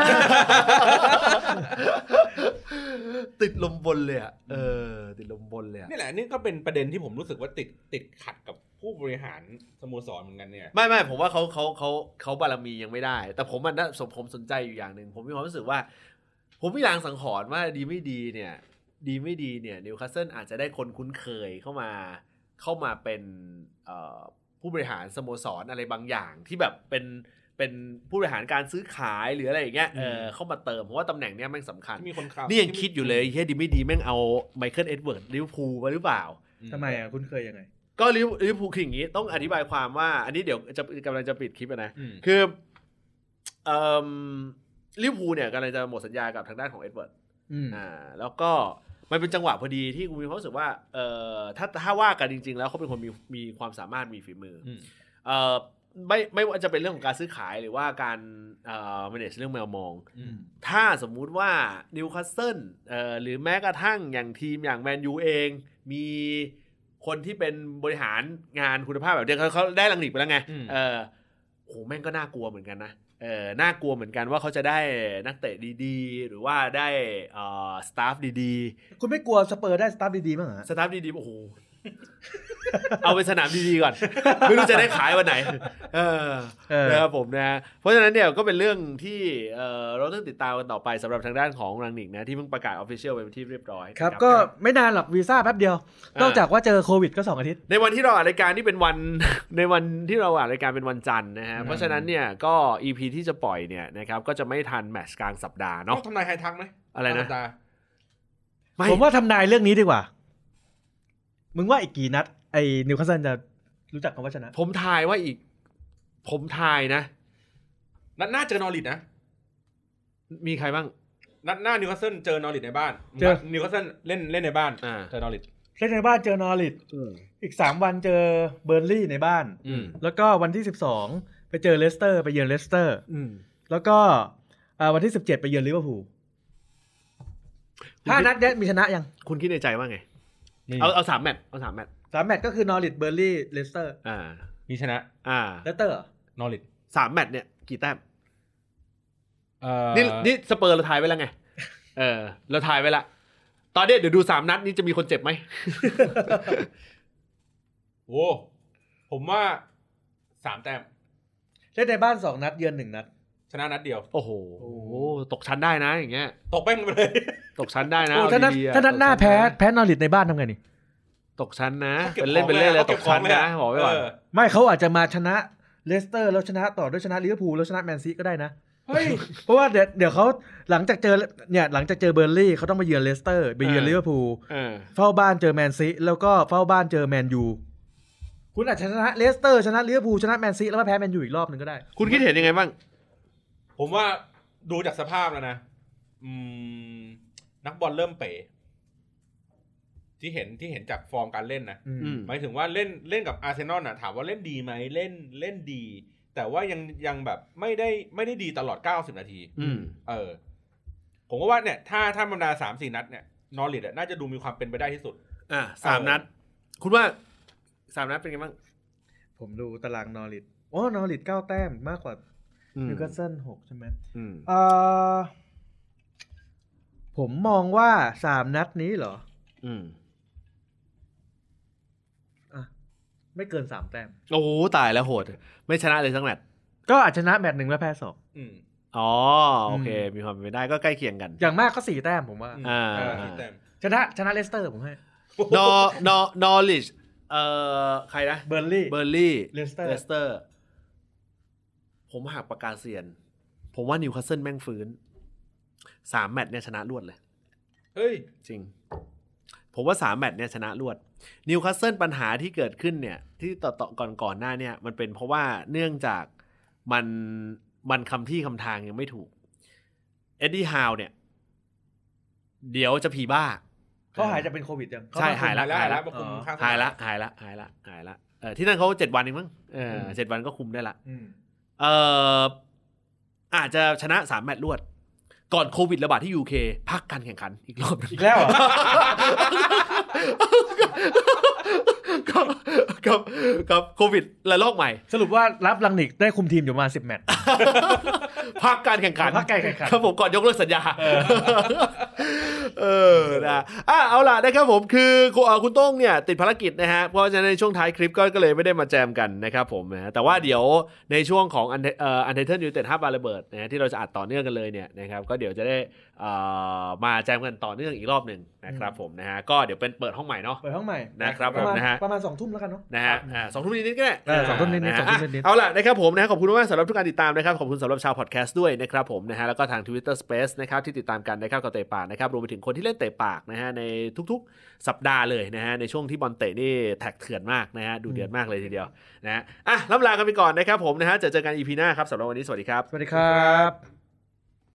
ติดลมบนเลยอ่ะเออติดลมบนเลยนี่แหละนี่ก็เป็นประเด็นที่ผมรู้สึกว่าติดติดขัดกับผู้บริหารสโมสรเหมือนกันเนี่ยไม่ไม่ผมว่าเขาเขาเขาเขาบารมียังไม่ได้แต่ผมมันสมผมสนใจอยู่อย่างหนึ่งผมมีความรู้สึกว่าผมมีลางสังหรณ์ว่าดีไม่ดีเนี่ยดีไม่ดีเนี่ยนิวคาสเซิลอาจจะได้คนคุ้นเคยเข้ามาเข้ามาเป็นผู้บริหารสโมสรอะไรบางอย่างที่แบบเป็นเป็นผู้บริหารการซื้อขายหรืออะไรอย่างเงี้ยเออเข้ามาเติมเพราะว่าตำแหน่งเนี้ยแม่งสำคัญนี่ยังคิดอยู่เลยเฮ้ยดีไม่ดีแม่งเอาไมเคิลเอ็ดเวิร์ดลิเวอร์พูลมาหรือเปล่าทำไมอ่ะคุณเคยยังไงก็ลิเวอร์พูลคืออย่างงี้ต้องอธิบายความว่าอันนี้เดี๋ยวจะกำลังจะปิดคลิปนะคือเอ่อลิเวอร์พูลเนี่ยกำลังจะหมดสัญญากับทางด้านของเอ็ดเวิร์ดอ่าแล้วก็มันเป็นจังหวะพอดีที่กูมีความรู้สึกว่าเอ่อถ้าถ้าว่ากันจริงๆแล้วเขาเป็นคนมีมีความสามารถมีฝีมือเอ่อไม่ไม่ว่าจะเป็นเรื่องของการซื้อขายหรือว่าการเอ่อ manage เรื่องแมวมองถ้าสมมุติว่านิวคาสเซิลเอ่อหรือแม้กระทั่งอย่างทีมอย่างแมนยูเองมีคนที่เป็นบริหารงานคุณภาพแบบเดียวเขาเขาได้ลังนิกไปแล้วไงเออโหแม่งก็น่ากลัวเหมือนกันนะเออน่ากลัวเหมือนกันว่าเขาจะได้นักเตะดีๆหรือว่าได้เอ่อสตาฟดีๆคุณไม่กลัวสเปอร์ได้สตาฟดีๆมั้งเหรอสตาฟดีๆโอ้โหเอาไปสนามดีๆก่อนไม่รู้จะได้ขายวันไหนเออนะครับผมนะเพราะฉะนั้นเนี่ยก็เป็นเรื่องที่เอ่อเราต้องติดตามกันต่อไปสำหรับทางด้านของลังนิกนะที่เพิ่งประกาศ Official ไปเป็นที่เรียบร้อยครับก็ไม่นานหรอกวีซ่าแป๊บเดียวนอกจากว่าเจอโควิดก็สองอาทิตย์ในวันที่เราอ่านรายการนี่เป็นวันในวันที่เราอ่านรายการเป็นวันจันทร์นะฮะเพราะฉะนั้นเนี่ยก็ อี พี ที่จะปล่อยเนี่ยนะครับก็จะไม่ทันแมตช์กลางสัปดาห์เนาะทำนายใครทักไหมอะไรนะผมว่าทำนายเรื่องนี้ดีกว่ามึงว่าอีกกี่นัดไอ้นิวคาสเซิลจะรู้จักคำว่าชนะผมทายว่าอีกผมทายนะนัดหน้าเจอนอริทนะมีใครบ้างนัดหน้านิวคาสเซิลเจอนอริทในบ้านเจอนิวคาสเซิลเล่นเล่นในบ้านเจอนอริทเล่นในบ้านเจอนอริทอีกสามวันเจอเบอร์นลี่ในบ้านแล้วก็วันที่สิบสองไปเจอเลสเตอร์ไปเยือนเลสเตอร์แล้วก็วันที่สิบเจ็ดไปเยือนลิเวอร์พูลห้านัดเนี้ยมีชนะยังคุณคิดในใจว่าไงเอาเอาสามแมตช์เอาสามแมตช์สามแมตช์ก็คือนอริทเบอร์ลี่เลสเตอร์อ่ามีชนะอ่าเลสเตอร์นอริทสามแมตช์เนี่ยกี่แต้มเอ่อนี่นี่สเปอร์เราทายไว้แล้วไงเออเราทายไว้ละตอนนี้เดี๋ยวดูสามนัดนี้จะมีคนเจ็บไหมโอ้ผมว่าสามแต้มเล่นในบ้านสองนัดเยือนหนึ่งนัดชนะนัดเดียวโอ้โหตกชั้นได้นะอย่างเงี้ยตกแป้งไปเลยตกชั้นได้นะถ้านัดถ้านัดหน้าแพ้แพ้นอริทในบ้านทำไงนี่ตกชั้นนะเป็นเล่นเป็นเล่นเลยตกชั้นนะบอกไว้ก่อนไม่เขาอาจจะมาชนะเลสเตอร์แล้วชนะต่อด้วยชนะลิเวอร์พูลแล้วชนะแมนซีก็ได้นะเฮ้ยเพราะว่าเดี๋ยวเดี๋ยวเขาหลังจากเจอเนี่ยหลังจากเจอเบอร์ลี่เขาต้องไปเยือนเลสเตอร์ไปเยือนลิเวอร์พูลเฝ้าบ้านเจอแมนซีแล้วก็เฝ้าบ้านเจอแมนยูคุณอาจจะชนะเลสเตอร์ชนะลิเวอร์พูลชนะแมนซีแล้วก็แพ้แมนยูอีกรอบนึงก็ได้คุณคิดเห็นยังไงบ้างผมว่าดูจากสภาพแล้วนะอืมนักบอลเริ่มเป๋ที่เห็นที่เห็นจากฟอร์มการเล่นนะหมายถึงว่าเล่นเล่นกับอาร์เซนอลน่ะถามว่าเล่นดีไหมเล่นเล่นดีแต่ว่ายังยังแบบไม่ได้ไม่ได้ดีตลอดเก้าสิบนาทีเออผมก็ว่าเนี่ยถ้าถ้าบรรดา สามสี่ นัดเนี่ยนอริทน่าจะดูมีความเป็นไปได้ที่สุดอ่ะสามนัดคุณว่าสามนัดเป็นไงบ้างผมดูตารางนอริทโอ้นอริทเก้าแต้มมากกว่านิวคาสเซิลหกใช่ไหมอืมเอ่อผมมองว่าสามนัดนี้เหรออืมอ่ะไม่เกินสามแต้มโอ้ตายแล้วโหดไม่ชนะเลยสักแมตช์ก็อาจจะชนะแมตช์หนึ่งแล้วแพ้สองอืมอ๋อโอเคมีความเป็นไปได้ก็ใกล้เคียงกันอย่างมากก็สี่แต้มผมว่าอ่าชนะชนะเลสเตอร์ผมให้นอนอนอริชเอ่อใครนะเบอร์ลี่เบอร์ลี่เลสเตอร์เลสเตอร์ผมหักปากกาเซียนผมว่านิวคาสเซิลแม่งฟื้นสามแมตช์เนี่ยชนะรวดเลยเฮ้ยจริงผมว่าสามแมตช์เนี่ยชนะรวดนิวคาสเซิลปัญหาที่เกิดขึ้นเนี่ยที่ต่อๆก่อนๆหน้าเนี่ยมันเป็นเพราะว่าเนื่องจากมันมันคำที่คำทางยังไม่ถูกเอ็ดดี้ฮาวเนี่ยเดี๋ยวจะผีบ้าเขาหายจากเป็นโควิดยังใช่หายแล้วหายแล้วหายแล้วหายแล้วหายแล้วหายแล้วเออที่นั่นเขาเจ็ดวันเองมั้งเออเจ็ดวันก็คุมได้ละเอออาจจะชนะสามแมตช์รวดก่อนโควิดระบาดที่ ยู เค พักการแข่งขันอีกรอบอีกแล้วอ่ะกับกับกับโควิดระลอกใหม่สรุปว่ารับลังนิกได้คุมทีมอยู่มาสิบแมตช์พักการแข่งขันพักการแข่งขันครับผมก่อนยกเลิกสัญญาเออนะอ่ะเอาล่ะนะครับผมคือคุณโต้งเนี่ยติดภารกิจนะฮะเพราะฉะนั้นในช่วงท้ายคลิปก็ก็เลยไม่ได้มาแจมกันนะครับผมนะแต่ว่าเดี๋ยวในช่วงของอันเอ่ออันเทอร์ยูไนเต็ดห้าบาระเบิดนะฮะที่เราจะอัดต่อเนื่องกันเลยเนี่ยนะครับก็เดี๋ยวจะได้เอ่อมาแจมกันต่อเนื่องอีกรอบนึงนะครับผมนะฮะก็เดี๋ยวเป็นเปิดห้องใหม่เนาะเปิดห้องใหม่นะครับผมนะฮะประมาณ สอง ทุ่มแล้วกันเนาะนะฮะอ่า สอง ทุ่มนิดๆก็ได้เออ สอง ทุ่มนิดๆ สอง ทุ่มนิดๆเอาล่ะนะครับผมนะขอบคุณมากสำหรับทุกการติดตามนะครับขอบคุณสำหรับชาวพอดแคสต์ด้วยนะครับผมนะฮะแล้วก็ทาง Twitter Space นะครับที่ติดตามกันนะครับกับเตะปากนะครับรวมไปถึงคนที่เล่นเตะปากนะฮะในทุกๆสัปดาห์เลยนะฮะในช่วงที่บอลเตะนี่แท็กเถื่อนมากนะฮะดูเดือดมากเลยทีเดียวนะฮะอ่ะล่ำลากันไปก่อนนะครับผมนะฮะเจอเจอกัน อี พี หน้าครับสำหรับวันนี้สวัสดีครับสวัสดีครับ